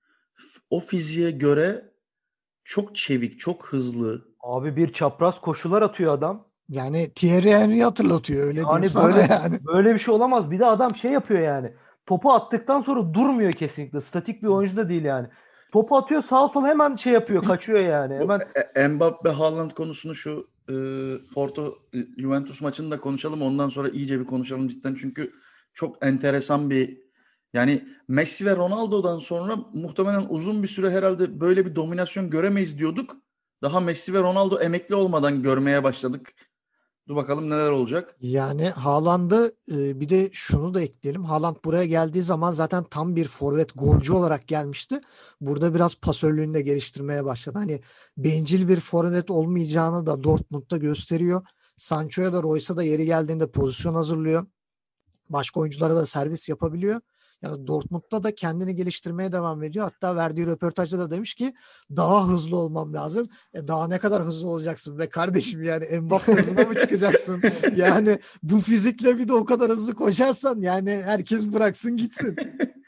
O fiziğe göre çok çevik, çok hızlı. Abi bir çapraz koşular atıyor adam. Yani Thierry Henry'i hatırlatıyor öyle diyeyim Yani sana böyle yani. böyle bir şey olamaz. Bir de adam şey yapıyor yani. Topu attıktan sonra durmuyor kesinlikle. Statik bir oyuncu da değil yani. Topu atıyor sağa sola hemen şey yapıyor. Kaçıyor yani. Bu Hemen Mbappe Haaland konusunu şu Porto Juventus maçını da konuşalım. Ondan sonra iyice bir konuşalım cidden. Çünkü çok enteresan bir yani Messi ve Ronaldo'dan sonra muhtemelen uzun bir süre herhalde böyle bir dominasyon göremeyiz diyorduk. Daha Messi ve Ronaldo emekli olmadan görmeye başladık. Dur bakalım neler olacak. Yani Haaland'ı bir de şunu da ekleyelim. Haaland buraya geldiği zaman zaten tam bir forvet golcü olarak gelmişti. Burada biraz pasörlüğünü de geliştirmeye başladı. Hani bencil bir forvet olmayacağını da Dortmund'da gösteriyor. Sancho'ya da Royce'a da yeri geldiğinde pozisyon hazırlıyor. Başka oyunculara da servis yapabiliyor. Yani Dortmund'da da kendini geliştirmeye devam ediyor. Hatta verdiği röportajda da demiş ki daha hızlı olmam lazım. Daha ne kadar hızlı olacaksın be kardeşim yani Mbappe hızına mı çıkacaksın? Yani bu fizikle bir de o kadar hızlı koşarsan yani herkes bıraksın gitsin.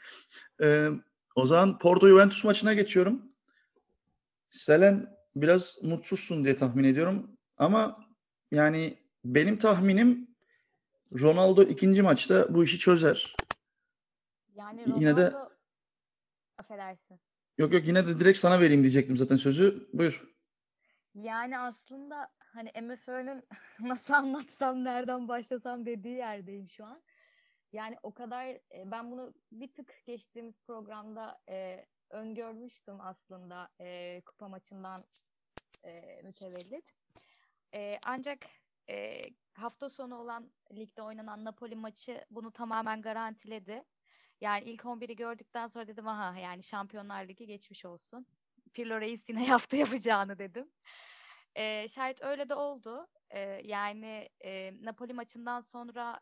O zaman Porto Juventus maçına geçiyorum. Selen biraz mutsuzsun diye tahmin ediyorum. Ama yani benim tahminim Ronaldo ikinci maçta bu işi çözer. Yani Yine de Ronaldo affedersin. yok yine de direkt sana vereyim diyecektim zaten sözü. Buyur. Yani aslında hani MFÖ'nün nasıl anlatsam nereden başlasam dediği yerdeyim şu an. Yani o kadar ben bunu bir tık geçtiğimiz programda öngörmüştüm aslında kupa maçından mütevellit. Ancak hafta sonu olan ligde oynanan Napoli maçı bunu tamamen garantiledi. Yani ilk 11'i gördükten sonra dedim aha yani Şampiyonlar Ligi geçmiş olsun. Pirlo Reis yine yapacağını dedim. Şayet öyle de oldu. Yani Napoli maçından sonra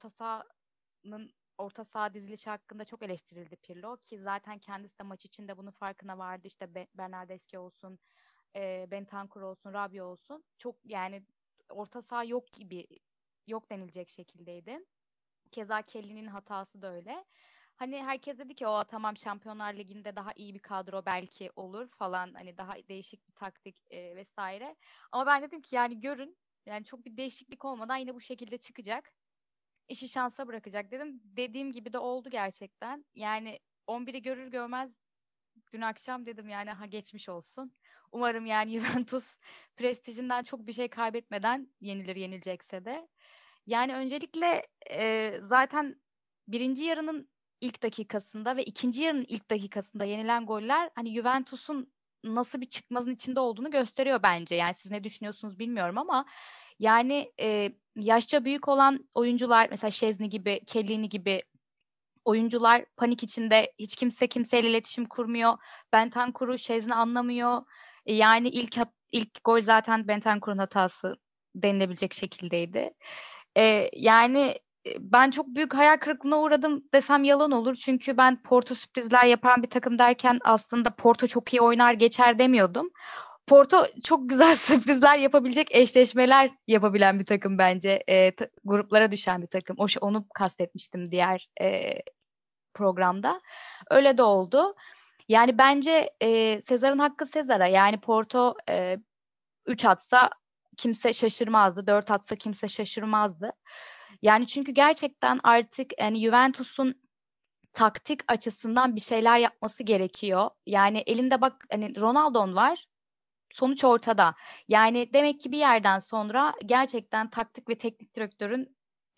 orta saha dizilişi hakkında çok eleştirildi Pirlo ki zaten kendisi de maç içinde bunun farkına vardı. İşte Bernardeschi olsun, Bentancur olsun, Rabiot olsun. Çok yani orta saha yok denilecek şekildeydi. Keza Kelly'nin hatası da öyle. Hani herkes dedi ki o tamam Şampiyonlar Ligi'nde daha iyi bir kadro belki olur falan hani daha değişik bir taktik vesaire. Ama ben dedim ki yani görün yani çok bir değişiklik olmadan yine bu şekilde çıkacak. İşi şansa bırakacak dedim. Dediğim gibi de oldu gerçekten. Yani 11'i görür görmez dün akşam dedim yani ha geçmiş olsun. Umarım yani Juventus prestijinden çok bir şey kaybetmeden yenilecekse de. Yani öncelikle zaten birinci yarının ilk dakikasında ve ikinci yarının ilk dakikasında yenilen goller hani Juventus'un nasıl bir çıkmazın içinde olduğunu gösteriyor bence. Yani siz ne düşünüyorsunuz bilmiyorum ama yani yaşça büyük olan oyuncular mesela Szczesny gibi, Chiellini gibi oyuncular panik içinde hiç kimse kimseyle iletişim kurmuyor. Bentancur'u Szczesny anlamıyor. Yani ilk gol zaten Bentancur'un hatası denilebilecek şekildeydi. Yani ben çok büyük hayal kırıklığına uğradım desem yalan olur. Çünkü ben Porto sürprizler yapan bir takım derken aslında Porto çok iyi oynar geçer demiyordum. Porto çok güzel sürprizler yapabilecek eşleşmeler yapabilen bir takım bence. Gruplara düşen bir takım. Onu kastetmiştim diğer programda. Öyle de oldu. Yani bence Sezar'ın hakkı Sezar'a. Yani Porto 3 atsa kimse şaşırmazdı. 4 atsa kimse şaşırmazdı. Yani çünkü gerçekten artık yani Juventus'un taktik açısından bir şeyler yapması gerekiyor. Yani elinde bak hani Ronaldo'nun var. Sonuç ortada. Yani demek ki bir yerden sonra gerçekten taktik ve teknik direktörün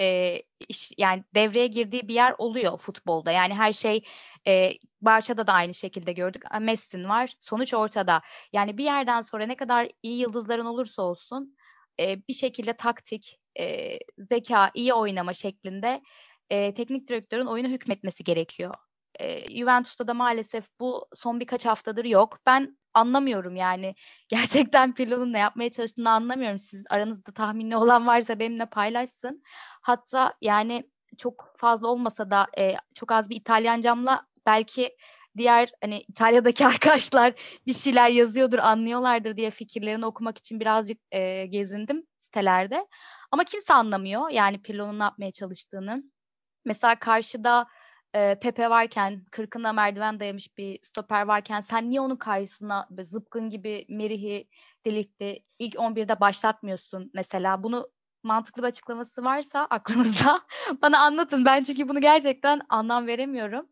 yani devreye girdiği bir yer oluyor futbolda. Yani her şey Barça'da da aynı şekilde gördük. Messi'nin var. Sonuç ortada. Yani bir yerden sonra ne kadar iyi yıldızların olursa olsun bir şekilde taktik, zeka, iyi oynama şeklinde teknik direktörün oyuna hükmetmesi gerekiyor. Juventus'ta da maalesef bu son birkaç haftadır yok. Ben anlamıyorum yani. Gerçekten Pirlo'nun ne yapmaya çalıştığını anlamıyorum. Siz aranızda tahmini olan varsa benimle paylaşsın. Hatta yani çok fazla olmasa da çok az bir İtalyancamla belki diğer hani İtalya'daki arkadaşlar bir şeyler yazıyordur, anlıyorlardır diye fikirlerini okumak için birazcık gezindim sitelerde. Ama kimse anlamıyor yani Pirlo'nun ne yapmaya çalıştığını. Mesela karşıda Pepe varken, kırkına merdiven dayamış bir stoper varken sen niye onun karşısına zıpkın gibi Merih'i, Delik'ti ilk 11'de başlatmıyorsun mesela? Bunu mantıklı bir açıklaması varsa aklınızda bana anlatın. Ben çünkü bunu gerçekten anlam veremiyorum.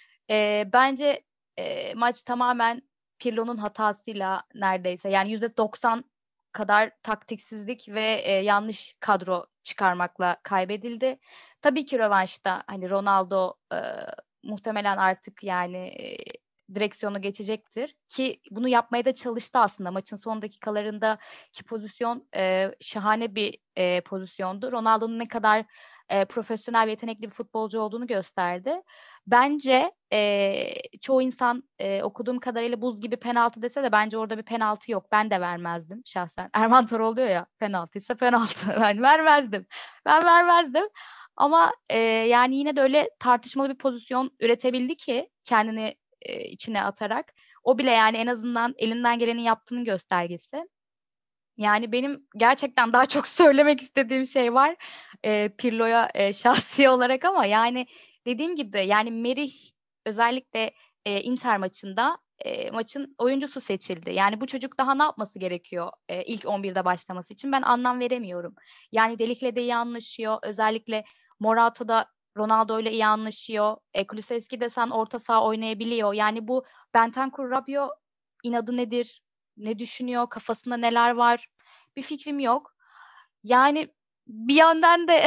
Bence maç tamamen Pirlo'nun hatasıyla neredeyse yani %90 kadar taktiksizlik ve yanlış kadro çıkarmakla kaybedildi. Tabii ki rövanşta hani Ronaldo muhtemelen artık yani direksiyonu geçecektir ki bunu yapmaya da çalıştı aslında. Maçın son dakikalarındaki pozisyon şahane bir pozisyondu. Ronaldo'nun ne kadar profesyonel ve yetenekli bir futbolcu olduğunu gösterdi. Bence çoğu insan okuduğum kadarıyla buz gibi penaltı dese de bence orada bir penaltı yok. Ben de vermezdim şahsen. Erman Toroğlu diyor ya penaltıysa penaltı. Ben vermezdim. Ben vermezdim. Ama yani yine de öyle tartışmalı bir pozisyon üretebildi ki kendini içine atarak. O bile yani en azından elinden geleni yaptığının göstergesi. Yani benim gerçekten daha çok söylemek istediğim şey var Pirlo'ya şahsi olarak ama yani dediğim gibi yani Merih özellikle Inter maçında maçın oyuncusu seçildi. Yani bu çocuk daha ne yapması gerekiyor ilk 11'de başlaması için ben anlam veremiyorum. Yani Delik'le de iyi anlaşıyor. Özellikle Morato da Ronaldo ile iyi anlaşıyor. Kulusevski desen orta saha oynayabiliyor. Yani bu Bentancur Rabiot inadı nedir? Ne düşünüyor? Kafasında neler var? Bir fikrim yok. Yani bir yandan da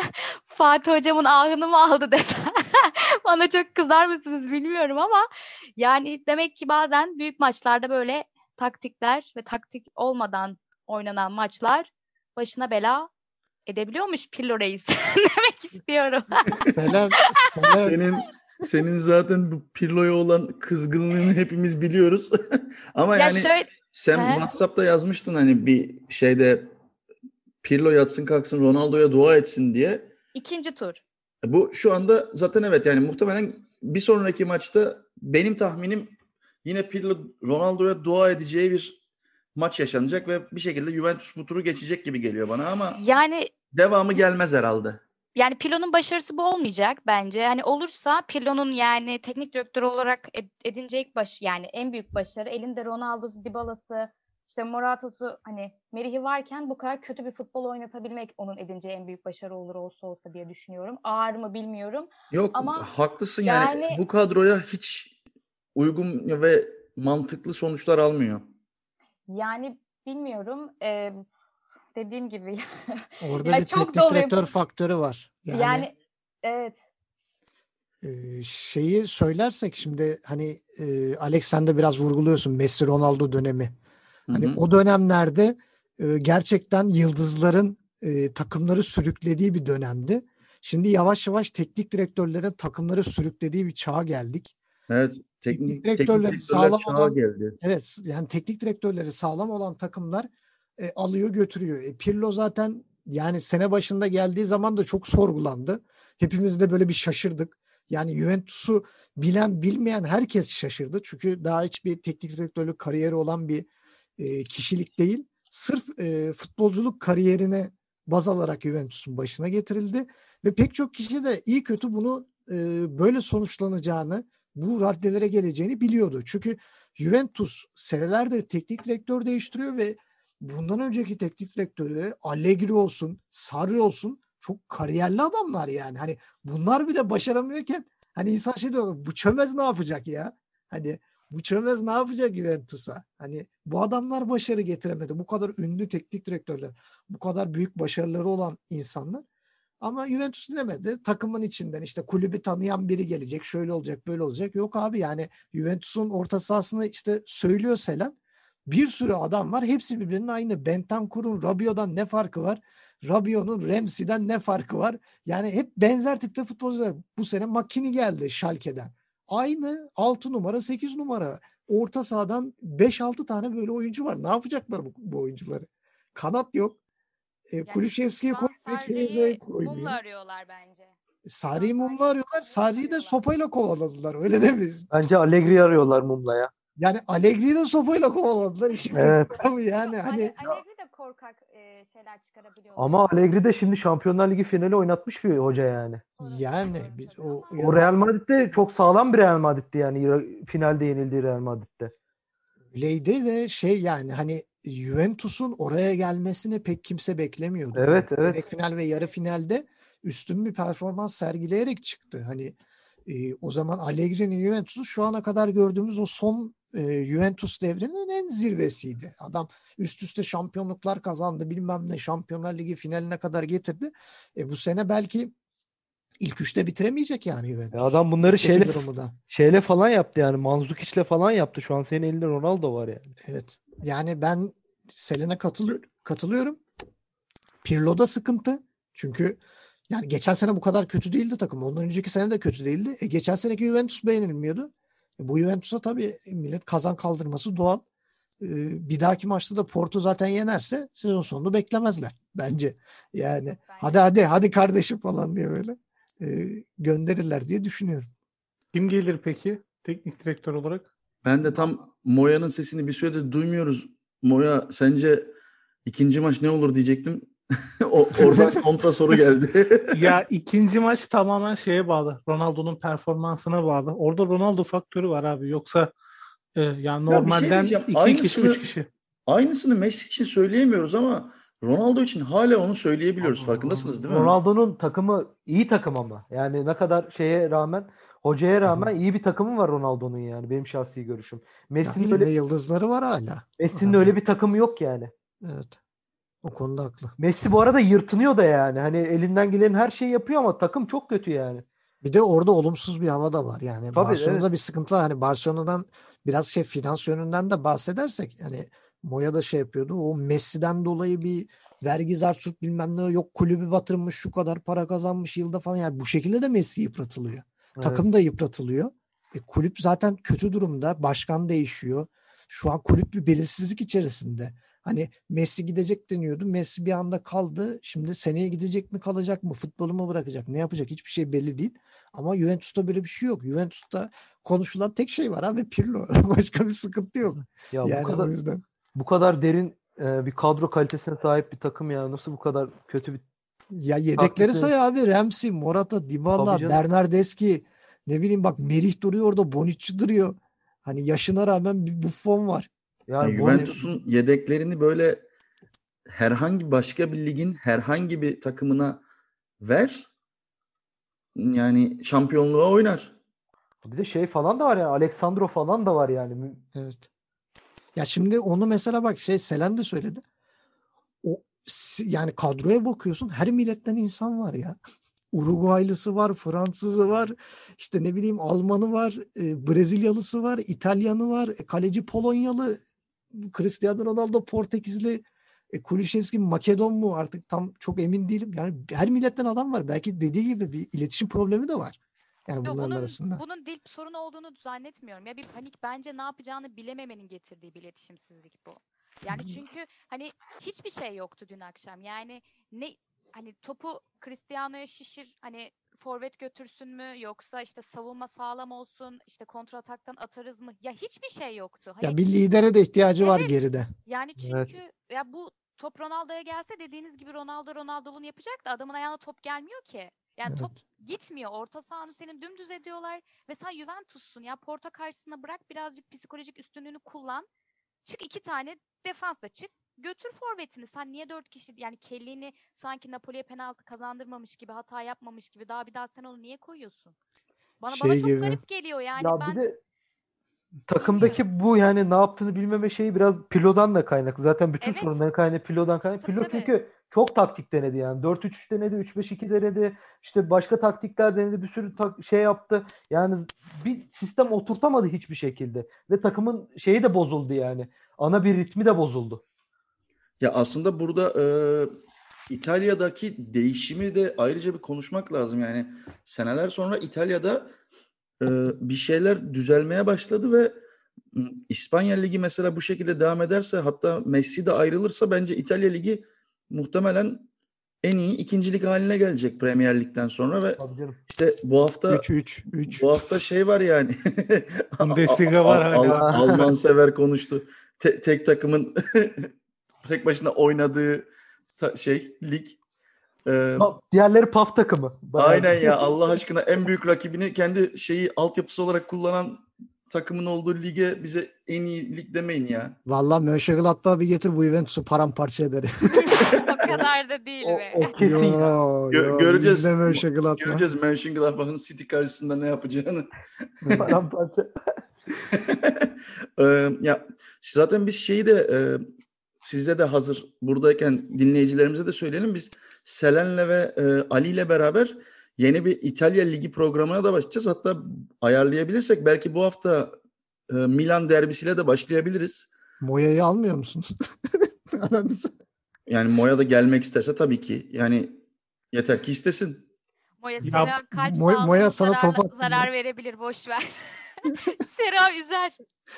Fatih hocamın ahını mı aldı desem bana çok kızar mısınız bilmiyorum ama yani demek ki bazen büyük maçlarda böyle taktikler ve taktik olmadan oynanan maçlar başına bela edebiliyormuş Pirlo Reis demek istiyorum. Selam. Senin zaten bu Pirlo'ya olan kızgınlığını hepimiz biliyoruz. Ama Ya yani şöyle sen WhatsApp'ta yazmıştın hani bir şeyde Pirlo yatsın kalksın Ronaldo'ya dua etsin diye. ikinci tur. Bu şu anda zaten evet yani muhtemelen bir sonraki maçta benim tahminim yine Pirlo Ronaldo'ya dua edeceği bir maç yaşanacak ve bir şekilde Juventus bu turu geçecek gibi geliyor bana ama Yani devamı gelmez herhalde. Yani Pirlo'nun başarısı bu olmayacak bence. Hani olursa Pirlo'nun yani teknik direktör olarak edinecek yani en büyük başarı elinde Ronaldo'su, Dybala'sı, işte Morata'sı hani Merih'i varken bu kadar kötü bir futbol oynatabilmek onun edineceği en büyük başarı olur olsa diye düşünüyorum. Ağır mı bilmiyorum. Yok Ama haklısın yani bu kadroya hiç uygun ve mantıklı sonuçlar almıyor. Yani bilmiyorum. Dediğim gibi Orada ya bir çok teknik doluyum. direktör faktörü var. Yani evet. Şeyi söylersek şimdi hani Alex sen de biraz vurguluyorsun Messi Ronaldo dönemi. Hani o dönemlerde gerçekten yıldızların takımları sürüklediği bir dönemdi. Şimdi yavaş yavaş teknik direktörlerin takımları sürüklediği bir çağa geldik. Evet, Teknik teknik direktörleri direktörler sağlam çağa olan geldi. evet yani teknik direktörleri sağlam olan takımlar alıyor götürüyor. Pirlo zaten yani sene başında geldiği zaman da çok sorgulandı. Hepimiz de böyle bir şaşırdık. Yani Juventus'u bilen bilmeyen herkes şaşırdı. Çünkü daha hiçbir teknik direktörlük kariyeri olan bir kişilik değil. Sırf futbolculuk kariyerine baz alarak Juventus'un başına getirildi ve pek çok kişi de iyi kötü bunu böyle sonuçlanacağını, bu raddelere geleceğini biliyordu. Çünkü Juventus senelerdir teknik direktör değiştiriyor ve bundan önceki teknik direktörleri Allegri olsun, Sarri olsun çok kariyerli adamlar yani. Hani bunlar bile başaramıyorken hani insan şey diyor, bu çömez ne yapacak ya? Hani bu çömez ne yapacak Juventus'a? Hani bu adamlar başarı getiremedi. Bu kadar ünlü teknik direktörler, bu kadar büyük başarıları olan insanlar. Ama Juventus dinlemedi. Takımın içinden işte kulübü tanıyan biri gelecek. Şöyle olacak, böyle olacak. Yok abi yani Juventus'un orta sahasını işte söylüyor Selen. Bir sürü adam var. Hepsi birbirinin aynı. Bentancur'un Rabiot'dan ne farkı var? Rabiot'un Ramsey'den ne farkı var? Yani hep benzer tipte futbolcular. Bu sene McKinney geldi Schalke'den. Aynı 6 numara, 8 numara. Orta sahadan 5-6 tane böyle oyuncu var. Ne yapacaklar bu oyuncuları? Kanat yok. Yani Kulüşevski'yi şu an koymuyor, Chiesa'yı Sarri'yi mumla koymuyor. arıyorlar bence. Sarri'yi Sarri'yi mumla arıyorlar. Sarri'yi de arıyorlar. sopayla kovaladılar. Öyle değil mi? Bence Allegri'yi arıyorlar mumla ya. Yani Allegri'yi de sopayla kovaladılar. İşin Evet. kötü tarafı yani. Yok, Hani Allegri de korkak şeyler çıkarabiliyor. Ama Allegri de şimdi Şampiyonlar Ligi finali oynatmış bir hoca yani. yani O ya Real Madrid'de çok sağlam bir Real Madrid'ti yani finalde yenildiği Real Madrid'de. öyleydi ve şey yani hani Juventus'un oraya gelmesini pek kimse beklemiyordu. Evet, Yani evet. çeyrek final ve yarı finalde üstün bir performans sergileyerek çıktı. Hani o zaman Allegri'nin Juventus'u şu ana kadar gördüğümüz o son Juventus devrinin en zirvesiydi. Adam üst üste şampiyonluklar kazandı, bilmem ne, Şampiyonlar Ligi finaline kadar getirdi. Bu sene belki ilk üçte bitiremeyecek yani Juventus. Adam bunları Ligdeki durumu da. şeyle falan yaptı yani. Mandzukić'le falan yaptı. Şu an senin elinde Ronaldo var yani. Evet. Yani ben Selen'e katılıyorum. Pirlo'da sıkıntı. Çünkü yani geçen sene bu kadar kötü değildi takım. Ondan önceki sene de kötü değildi. Geçen seneki Juventus beğenilmiyordu. Bu Juventus'a tabii millet kazan kaldırması doğal. Bir dahaki maçta da Porto zaten yenerse sezon sonunu beklemezler bence. Yani hadi kardeşim falan diye böyle gönderirler diye düşünüyorum. Kim gelir peki teknik direktör olarak? Ben de tam Moya'nın sesini bir süredir duymuyoruz. Moya sence ikinci maç ne olur diyecektim. Oradan kontra soru geldi. Ya ikinci maç tamamen şeye bağlı. Ronaldo'nun performansına bağlı. Orada Ronaldo faktörü var abi. Yoksa yani Ya bir şey normalden diyeceğim. 2 kişi 3 kişi. Aynısını Messi için söyleyemiyoruz ama Ronaldo için hala onu söyleyebiliyoruz. Farkındasınız değil mi? Ronaldo'nun takımı iyi takım ama. Yani ne kadar şeye rağmen, hocaya rağmen iyi bir takımı var Ronaldo'nun yani. Benim şahsi görüşüm. Messi'nin elinde yıldızları var hala. Messi'nin öyle bir takımı yok yani. Evet. O konuda haklı. Messi bu arada yırtınıyor da yani. Hani elinden gelen her şeyi yapıyor ama takım çok kötü yani. Bir de orada olumsuz bir hava da var. Yani Tabii, Barcelona'da evet. bir sıkıntı var. Hani Barcelona'dan biraz finans yönünden de bahsedersek yani Moya da yapıyordu. O Messi'den dolayı bir vergi zarsut bilmem ne yok, kulübü batırmış, şu kadar para kazanmış yılda falan. Yani bu şekilde de Messi yıpratılıyor. Evet. Takım da yıpratılıyor. Kulüp zaten kötü durumda. Başkan değişiyor. Şu an kulüp bir belirsizlik içerisinde. Hani Messi gidecek deniyordu. Messi bir anda kaldı. Şimdi seneye gidecek mi, kalacak mı? Futbolu mu bırakacak? Ne yapacak? Hiçbir şey belli değil. Ama Juventus'ta böyle bir şey yok. Juventus'ta konuşulan tek şey var abi, Pirlo. Başka bir sıkıntı yok. Ya Yani o yüzden. bu kadar derin bir kadro kalitesine sahip bir takım ya. Nasıl bu kadar kötü bir Ya yedekleri taktiği- say abi. Ramsey, Morata, Tabii Dybala, canım. Bernardeschi, ne bileyim bak, Merih duruyor orada, Bonucci duruyor. Hani yaşına rağmen bir Buffon var. Yani Juventus'un yedeklerini böyle herhangi başka bir ligin herhangi bir takımına ver. Yani şampiyonluğa oynar. bir de şey falan da var yani. Alexandro falan da var yani. Evet. Ya şimdi onu mesela bak Selen de söyledi. Yani kadroya bakıyorsun, her milletten insan var ya. Uruguaylısı var, Fransızı var, işte ne bileyim Almanı var, Brezilyalısı var, İtalyanı var, kaleci Polonyalı, Cristiano Ronaldo Portekizli, Kulüşevski Makedon mu, artık tam çok emin değilim. Yani her milletten adam var. Belki dediği gibi bir iletişim problemi de var. Yani Yok, bunların arasında. bunun dil sorunu olduğunu zannetmiyorum. Ya bir panik, bence ne yapacağını bilememenin getirdiği bir iletişimsizlik bu. Yani çünkü hani hiçbir şey yoktu dün akşam. Yani ne hani topu Cristiano'ya şişir, hani forvet götürsün mü yoksa işte savunma sağlam olsun, işte kontra ataktan atarız mı? Ya hiçbir şey yoktu. Hani Ya bir lidere de ihtiyacı var evet, geride. yani Evet. çünkü ya bu top Ronaldo'ya gelse dediğiniz gibi Ronaldo'luğunu yapacak da adamın ayağına top gelmiyor ki. Yani top Evet. gitmiyor. Orta sahanı senin dümdüz ediyorlar ve sen Juventus'sun ya, Porto karşısında bırak birazcık psikolojik üstünlüğünü kullan. Çık 2 tane defansla çık. Götür forvetini. Sen niye 4 kişi, yani Kellini sanki Napoli'ye penaltı kazandırmamış gibi, hata yapmamış gibi daha bir daha sen onu niye koyuyorsun? Bana Şey çok gibi. garip geliyor yani. Ya bir Ben de bilmiyorum. takımdaki bu yani ne yaptığını bilmeme şeyi biraz Pilo'dan da kaynaklı. Zaten bütün Evet. sorunların kaynağı Pilo'dan kaynaklı. Tabii Pilo tabii. çünkü çok taktik denedi yani. 4-3-3 denedi, 3-5-2 denedi. İşte başka taktikler denedi. Bir sürü şey yaptı. Yani bir sistem oturtamadı hiçbir şekilde. Ve takımın şeyi de bozuldu yani. Ana bir ritmi de bozuldu. Ya aslında burada İtalya'daki değişimi de ayrıca bir konuşmak lazım. Yani seneler sonra İtalya'da bir şeyler düzelmeye başladı ve İspanya Ligi mesela bu şekilde devam ederse, hatta Messi de ayrılırsa, bence İtalya Ligi muhtemelen en iyi ikincilik haline gelecek Premier Lig'den sonra ve Tabii canım. işte bu hafta 3-3-3. şey var yani. Bundesliga var hala. Alman sever konuştu. Tek takımın tek başına oynadığı lig. Diğerleri PAF takımı. Bayağı Aynen ya, Allah aşkına en büyük rakibini kendi altyapısı olarak kullanan takımın olduğu lige bize en iyi lig demeyin ya. Vallahi Mönchengladbach'ı bir getir, bu Juventus'u paramparça eder. O kadar da değil be. o kesin ya. Göreceğiz. Bizde Mönchengladbach. Göreceğiz Mönchengladbach'ın City karşısında ne yapacağını. Paramparça. Ya zaten biz size de hazır buradayken dinleyicilerimize de söyleyelim. Biz Selen'le ve Ali ile beraber yeni bir İtalya Ligi programına da başlayacağız. Hatta ayarlayabilirsek belki bu hafta Milan derbisiyle de başlayabiliriz. Moya'yı almıyor musunuz? Aranızda. Yani Moya da gelmek isterse tabii ki. Yani yeter ki istesin. Moya Ya, Sera kalp Moya sağlığına sana top attı zarar mı? verebilir, boş ver. Sera üzer.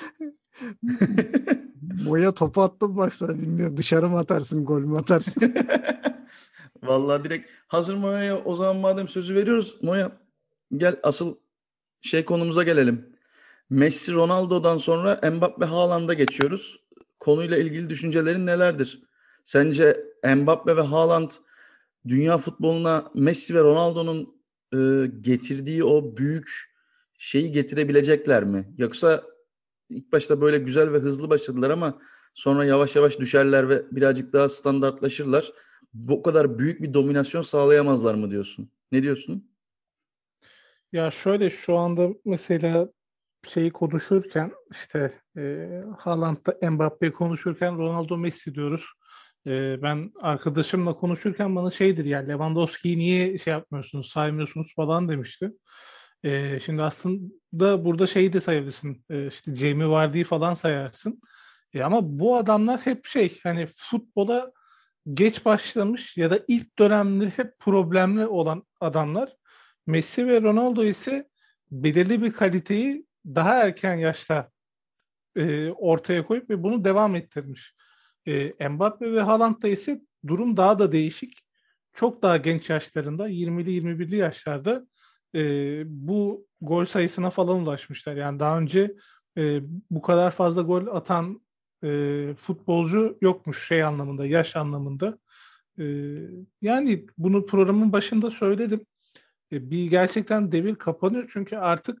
Moya topu attım baksana, bilmiyorum. Dışarı mı atarsın, gol mü atarsın? Vallahi direkt hazır Moya'ya o zaman, madem sözü veriyoruz, Moya gel asıl konumuza gelelim. Messi Ronaldo'dan sonra Mbappe Haaland'a geçiyoruz. Konuyla ilgili düşüncelerin nelerdir? Sence Mbappe ve Haaland dünya futboluna Messi ve Ronaldo'nun getirdiği o büyük şeyi getirebilecekler mi? Yoksa ilk başta böyle güzel ve hızlı başladılar ama sonra yavaş yavaş düşerler ve birazcık daha standartlaşırlar. Bu kadar büyük bir dominasyon sağlayamazlar mı diyorsun? Ne diyorsun? Ya şöyle, şu anda mesela şeyi konuşurken işte Haaland'da Mbappe'yi konuşurken Ronaldo Messi diyoruz. Ben arkadaşımla konuşurken bana şeydir yani, Lewandowski'yi niye şey yapmıyorsunuz, saymıyorsunuz falan demişti. Şimdi aslında burada şeyi de sayabilirsin. İşte Jamie Vardy'yi falan sayarsın. Ama bu adamlar hep hani futbola geç başlamış ya da ilk dönemleri hep problemli olan adamlar. Messi ve Ronaldo ise belirli bir kaliteyi daha erken yaşta ortaya koyup ve bunu devam ettirmiş. Mbappe ve Haaland'da ise durum daha da değişik. Çok daha genç yaşlarında, 20'li 21'li yaşlarda bu gol sayısına falan ulaşmışlar. Yani daha önce bu kadar fazla gol atan futbolcu yokmuş anlamında, yaş anlamında. Yani bunu programın başında söyledim. Bir gerçekten devir kapanıyor çünkü artık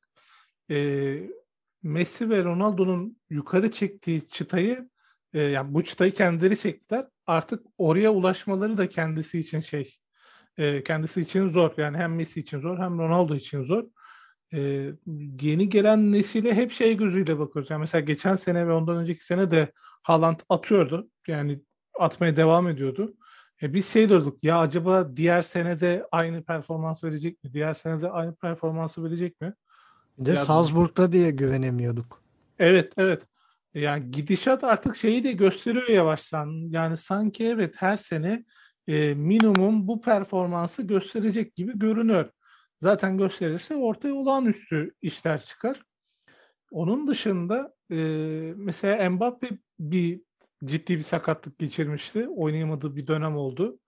Messi ve Ronaldo'nun yukarı çektiği çıtayı, yani bu çıtayı kendileri çektiler. Artık oraya ulaşmaları da kendisi için kendisi için zor. Yani hem Messi için zor hem Ronaldo için zor. Yeni gelen nesile hep gözüyle bakıyoruz. Yani mesela geçen sene ve ondan önceki sene de Haaland atıyordu. Yani atmaya devam ediyordu. Biz diyorduk ya, acaba diğer sene de aynı performans verecek mi? Diğer sene de aynı performansı verecek mi? Bir de Ya, Salzburg'da diye güvenemiyorduk. evet, evet. Yani gidişat artık de gösteriyor yavaştan. Yani sanki evet, her sene minimum bu performansı gösterecek gibi görünüyor. Zaten gösterirse ortaya olağanüstü işler çıkar. Onun dışında mesela Mbappe ciddi bir sakatlık geçirmişti. Oynayamadığı bir dönem oldu.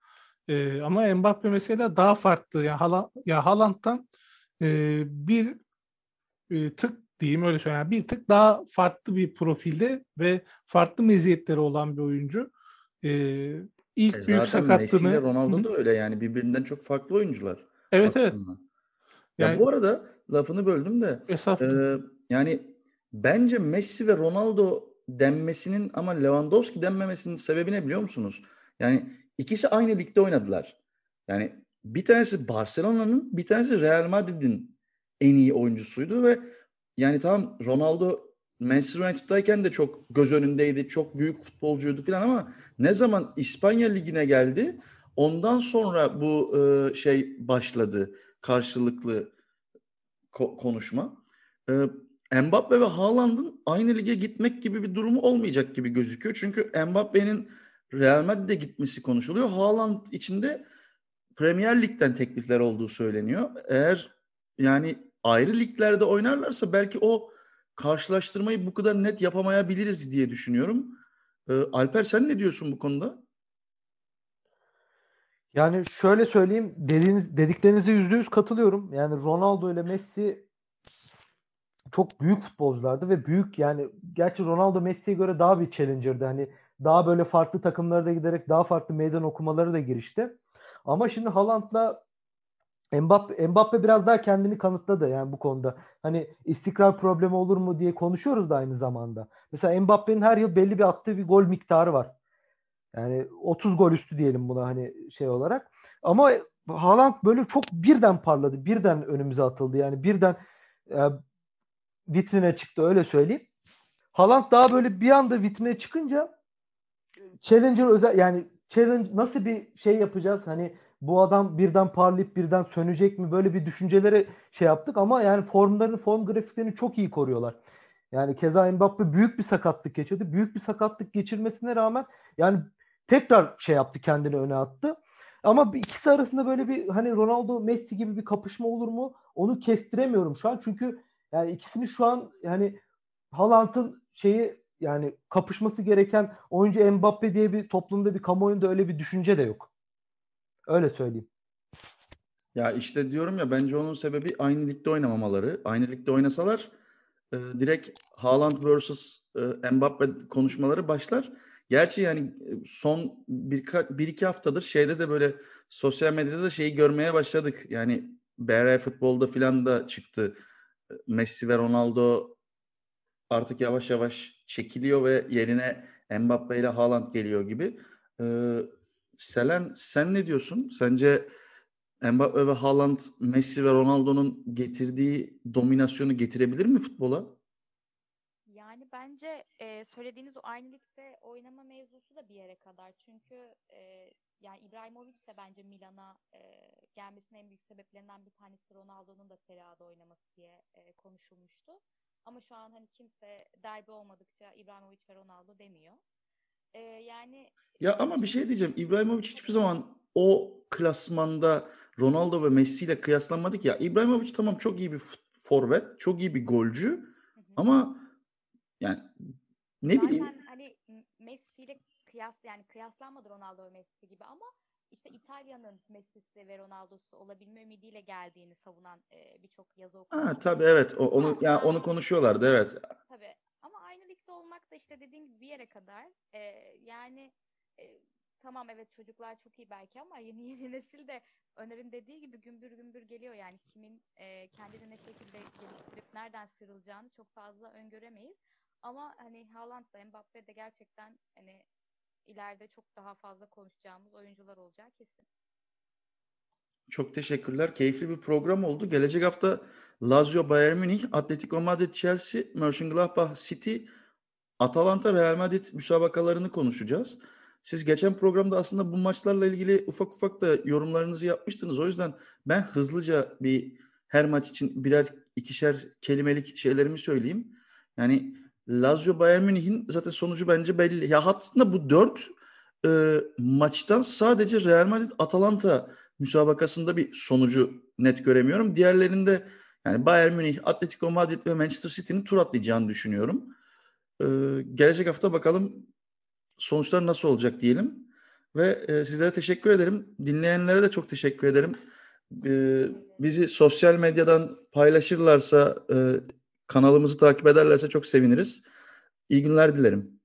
Ama Mbappe mesela daha farklı. Yani Haaland'dan bir tık diyeyim öyle söyleyeyim. Yani bir tık daha farklı bir profilde ve farklı meziyetleri olan bir oyuncu. İlk büyük Zaten Messi ile sakatlığını. Hı Ronaldo hı. da öyle yani birbirinden çok farklı oyuncular Evet, evet. baktığında. Ya Yani bu arada lafını böldüm de estağfurullah. e, yani bence Messi ve Ronaldo denmesinin ama Lewandowski denmemesinin sebebi ne biliyor musunuz? Yani ikisi aynı ligde oynadılar. Yani bir tanesi Barcelona'nın, bir tanesi Real Madrid'in en iyi oyuncusuydu ve yani tamam Ronaldo Manchester United'dayken de çok göz önündeydi, çok büyük futbolcuydu falan ama ne zaman İspanya Ligi'ne geldi, ondan sonra bu şey başladı, karşılıklı konuşma. Mbappe ve Haaland'ın aynı lige gitmek gibi bir durumu olmayacak gibi gözüküyor. Çünkü Mbappe'nin Real Madrid'e gitmesi konuşuluyor. Haaland için de Premier Lig'den teklifler olduğu söyleniyor. Eğer yani ayrı liglerde oynarlarsa belki o karşılaştırmayı bu kadar net yapamayabiliriz diye düşünüyorum. Alper sen ne diyorsun bu konuda? Yani şöyle söyleyeyim, dediklerinize %100 katılıyorum. Yani Ronaldo ile Messi çok büyük futbolculardı ve büyük, yani gerçi Ronaldo Messi'ye göre daha bir challenger'dı. Hani daha böyle farklı takımlara da giderek daha farklı meydan okumaları da girişti. Ama şimdi Haaland'la Mbappe biraz daha kendini kanıtladı yani bu konuda. Hani istikrar problemi olur mu diye konuşuyoruz da aynı zamanda. Mesela Mbappe'nin her yıl belli bir attığı bir gol miktarı var. Yani 30 gol üstü diyelim buna hani şey olarak. Ama Haaland böyle çok birden parladı. Birden önümüze atıldı. Yani birden e, vitrine çıktı, öyle söyleyeyim. Haaland daha böyle bir anda vitrine çıkınca Challenger özel, yani challenge nasıl bir şey yapacağız? Hani bu adam birden parlayıp birden sönecek mi? Böyle bir düşüncelere şey yaptık ama yani form grafiklerini çok iyi koruyorlar. Yani keza Mbappe büyük bir sakatlık geçirdi. Büyük bir sakatlık geçirmesine rağmen yani tekrar şey yaptı, kendini öne attı. Ama ikisi arasında böyle bir hani Ronaldo Messi gibi bir kapışma olur mu? Onu kestiremiyorum şu an. Çünkü yani ikisini şu an yani Haaland'ın şeyi, yani kapışması gereken oyuncu Mbappe diye bir toplumda, bir kamuoyunda öyle bir düşünce de yok. Öyle söyleyeyim. Ya işte diyorum ya bence onun sebebi aynı ligde oynamamaları. Aynı ligde oynasalar direkt Haaland vs. Mbappe konuşmaları başlar. Gerçi yani son bir iki haftadır şeyde de böyle sosyal medyada da şeyi görmeye başladık. Yani BR Futbol'da filan da çıktı. Messi ve Ronaldo artık yavaş yavaş çekiliyor ve yerine Mbappe ile Haaland geliyor gibi. E, Selen sen ne diyorsun? Sence Mbappe ve Haaland, Messi ve Ronaldo'nun getirdiği dominasyonu getirebilir mi futbola? Yani bence söylediğiniz o aynı ligde oynama mevzusu da bir yere kadar. Çünkü yani İbrahimovic de bence Milan'a gelmesinin en büyük sebeplerinden bir tanesi Ronaldo'nun da Serie A'da oynaması diye konuşulmuştu. Ama şu an hani kimse derbi olmadıkça İbrahimovic ve Ronaldo demiyor. Yani Ya ama bir şey diyeceğim. İbrahimovic hiçbir zaman o klasmanda Ronaldo ve Messi ile kıyaslanmadı ki. Ya İbrahimovic tamam çok iyi bir forvet, çok iyi bir golcü hı hı. ama yani ne bileyim. Zaten hani Messi ile yani kıyaslanmadı Ronaldo ve Messi gibi ama işte İtalya'nın Messi'si ve Ronaldo'su olabilme ümidiyle geldiğini savunan birçok yazı Ha, okumuştum. tabii evet onu Ha, yani onu yani konuşuyorlardı evet. tabii ama aynı ligde olmak da işte dediğim gibi bir yere kadar yani tamam evet çocuklar çok iyi belki ama yeni nesil de Öner'in dediği gibi gümbür gümbür geliyor yani kimin kendini ne şekilde geliştirip nereden sıyrılacağını çok fazla öngöremeyiz. Ama hani Haaland da Mbappe de gerçekten hani ileride çok daha fazla konuşacağımız oyuncular olacağı kesin. Çok teşekkürler. Keyifli bir program oldu. Gelecek hafta Lazio, Bayern Münih, Atletico Madrid, Chelsea, Mönchengladbach, City, Atalanta, Real Madrid müsabakalarını konuşacağız. Siz geçen programda aslında bu maçlarla ilgili ufak ufak da yorumlarınızı yapmıştınız. O yüzden ben hızlıca her maç için birer ikişer kelimelik şeylerimi söyleyeyim. Yani Lazio Bayern Münih'in zaten sonucu bence belli. Ya aslında bu 4 maçtan sadece Real Madrid Atalanta müsabakasında bir sonucu net göremiyorum. Diğerlerinde yani Bayern Münih, Atletico Madrid ve Manchester City'nin tur atlayacağını düşünüyorum. Gelecek hafta bakalım sonuçlar nasıl olacak diyelim. Ve sizlere teşekkür ederim. Dinleyenlere de çok teşekkür ederim. Bizi sosyal medyadan paylaşırlarsa, kanalımızı takip ederlerse çok seviniriz. İyi günler dilerim.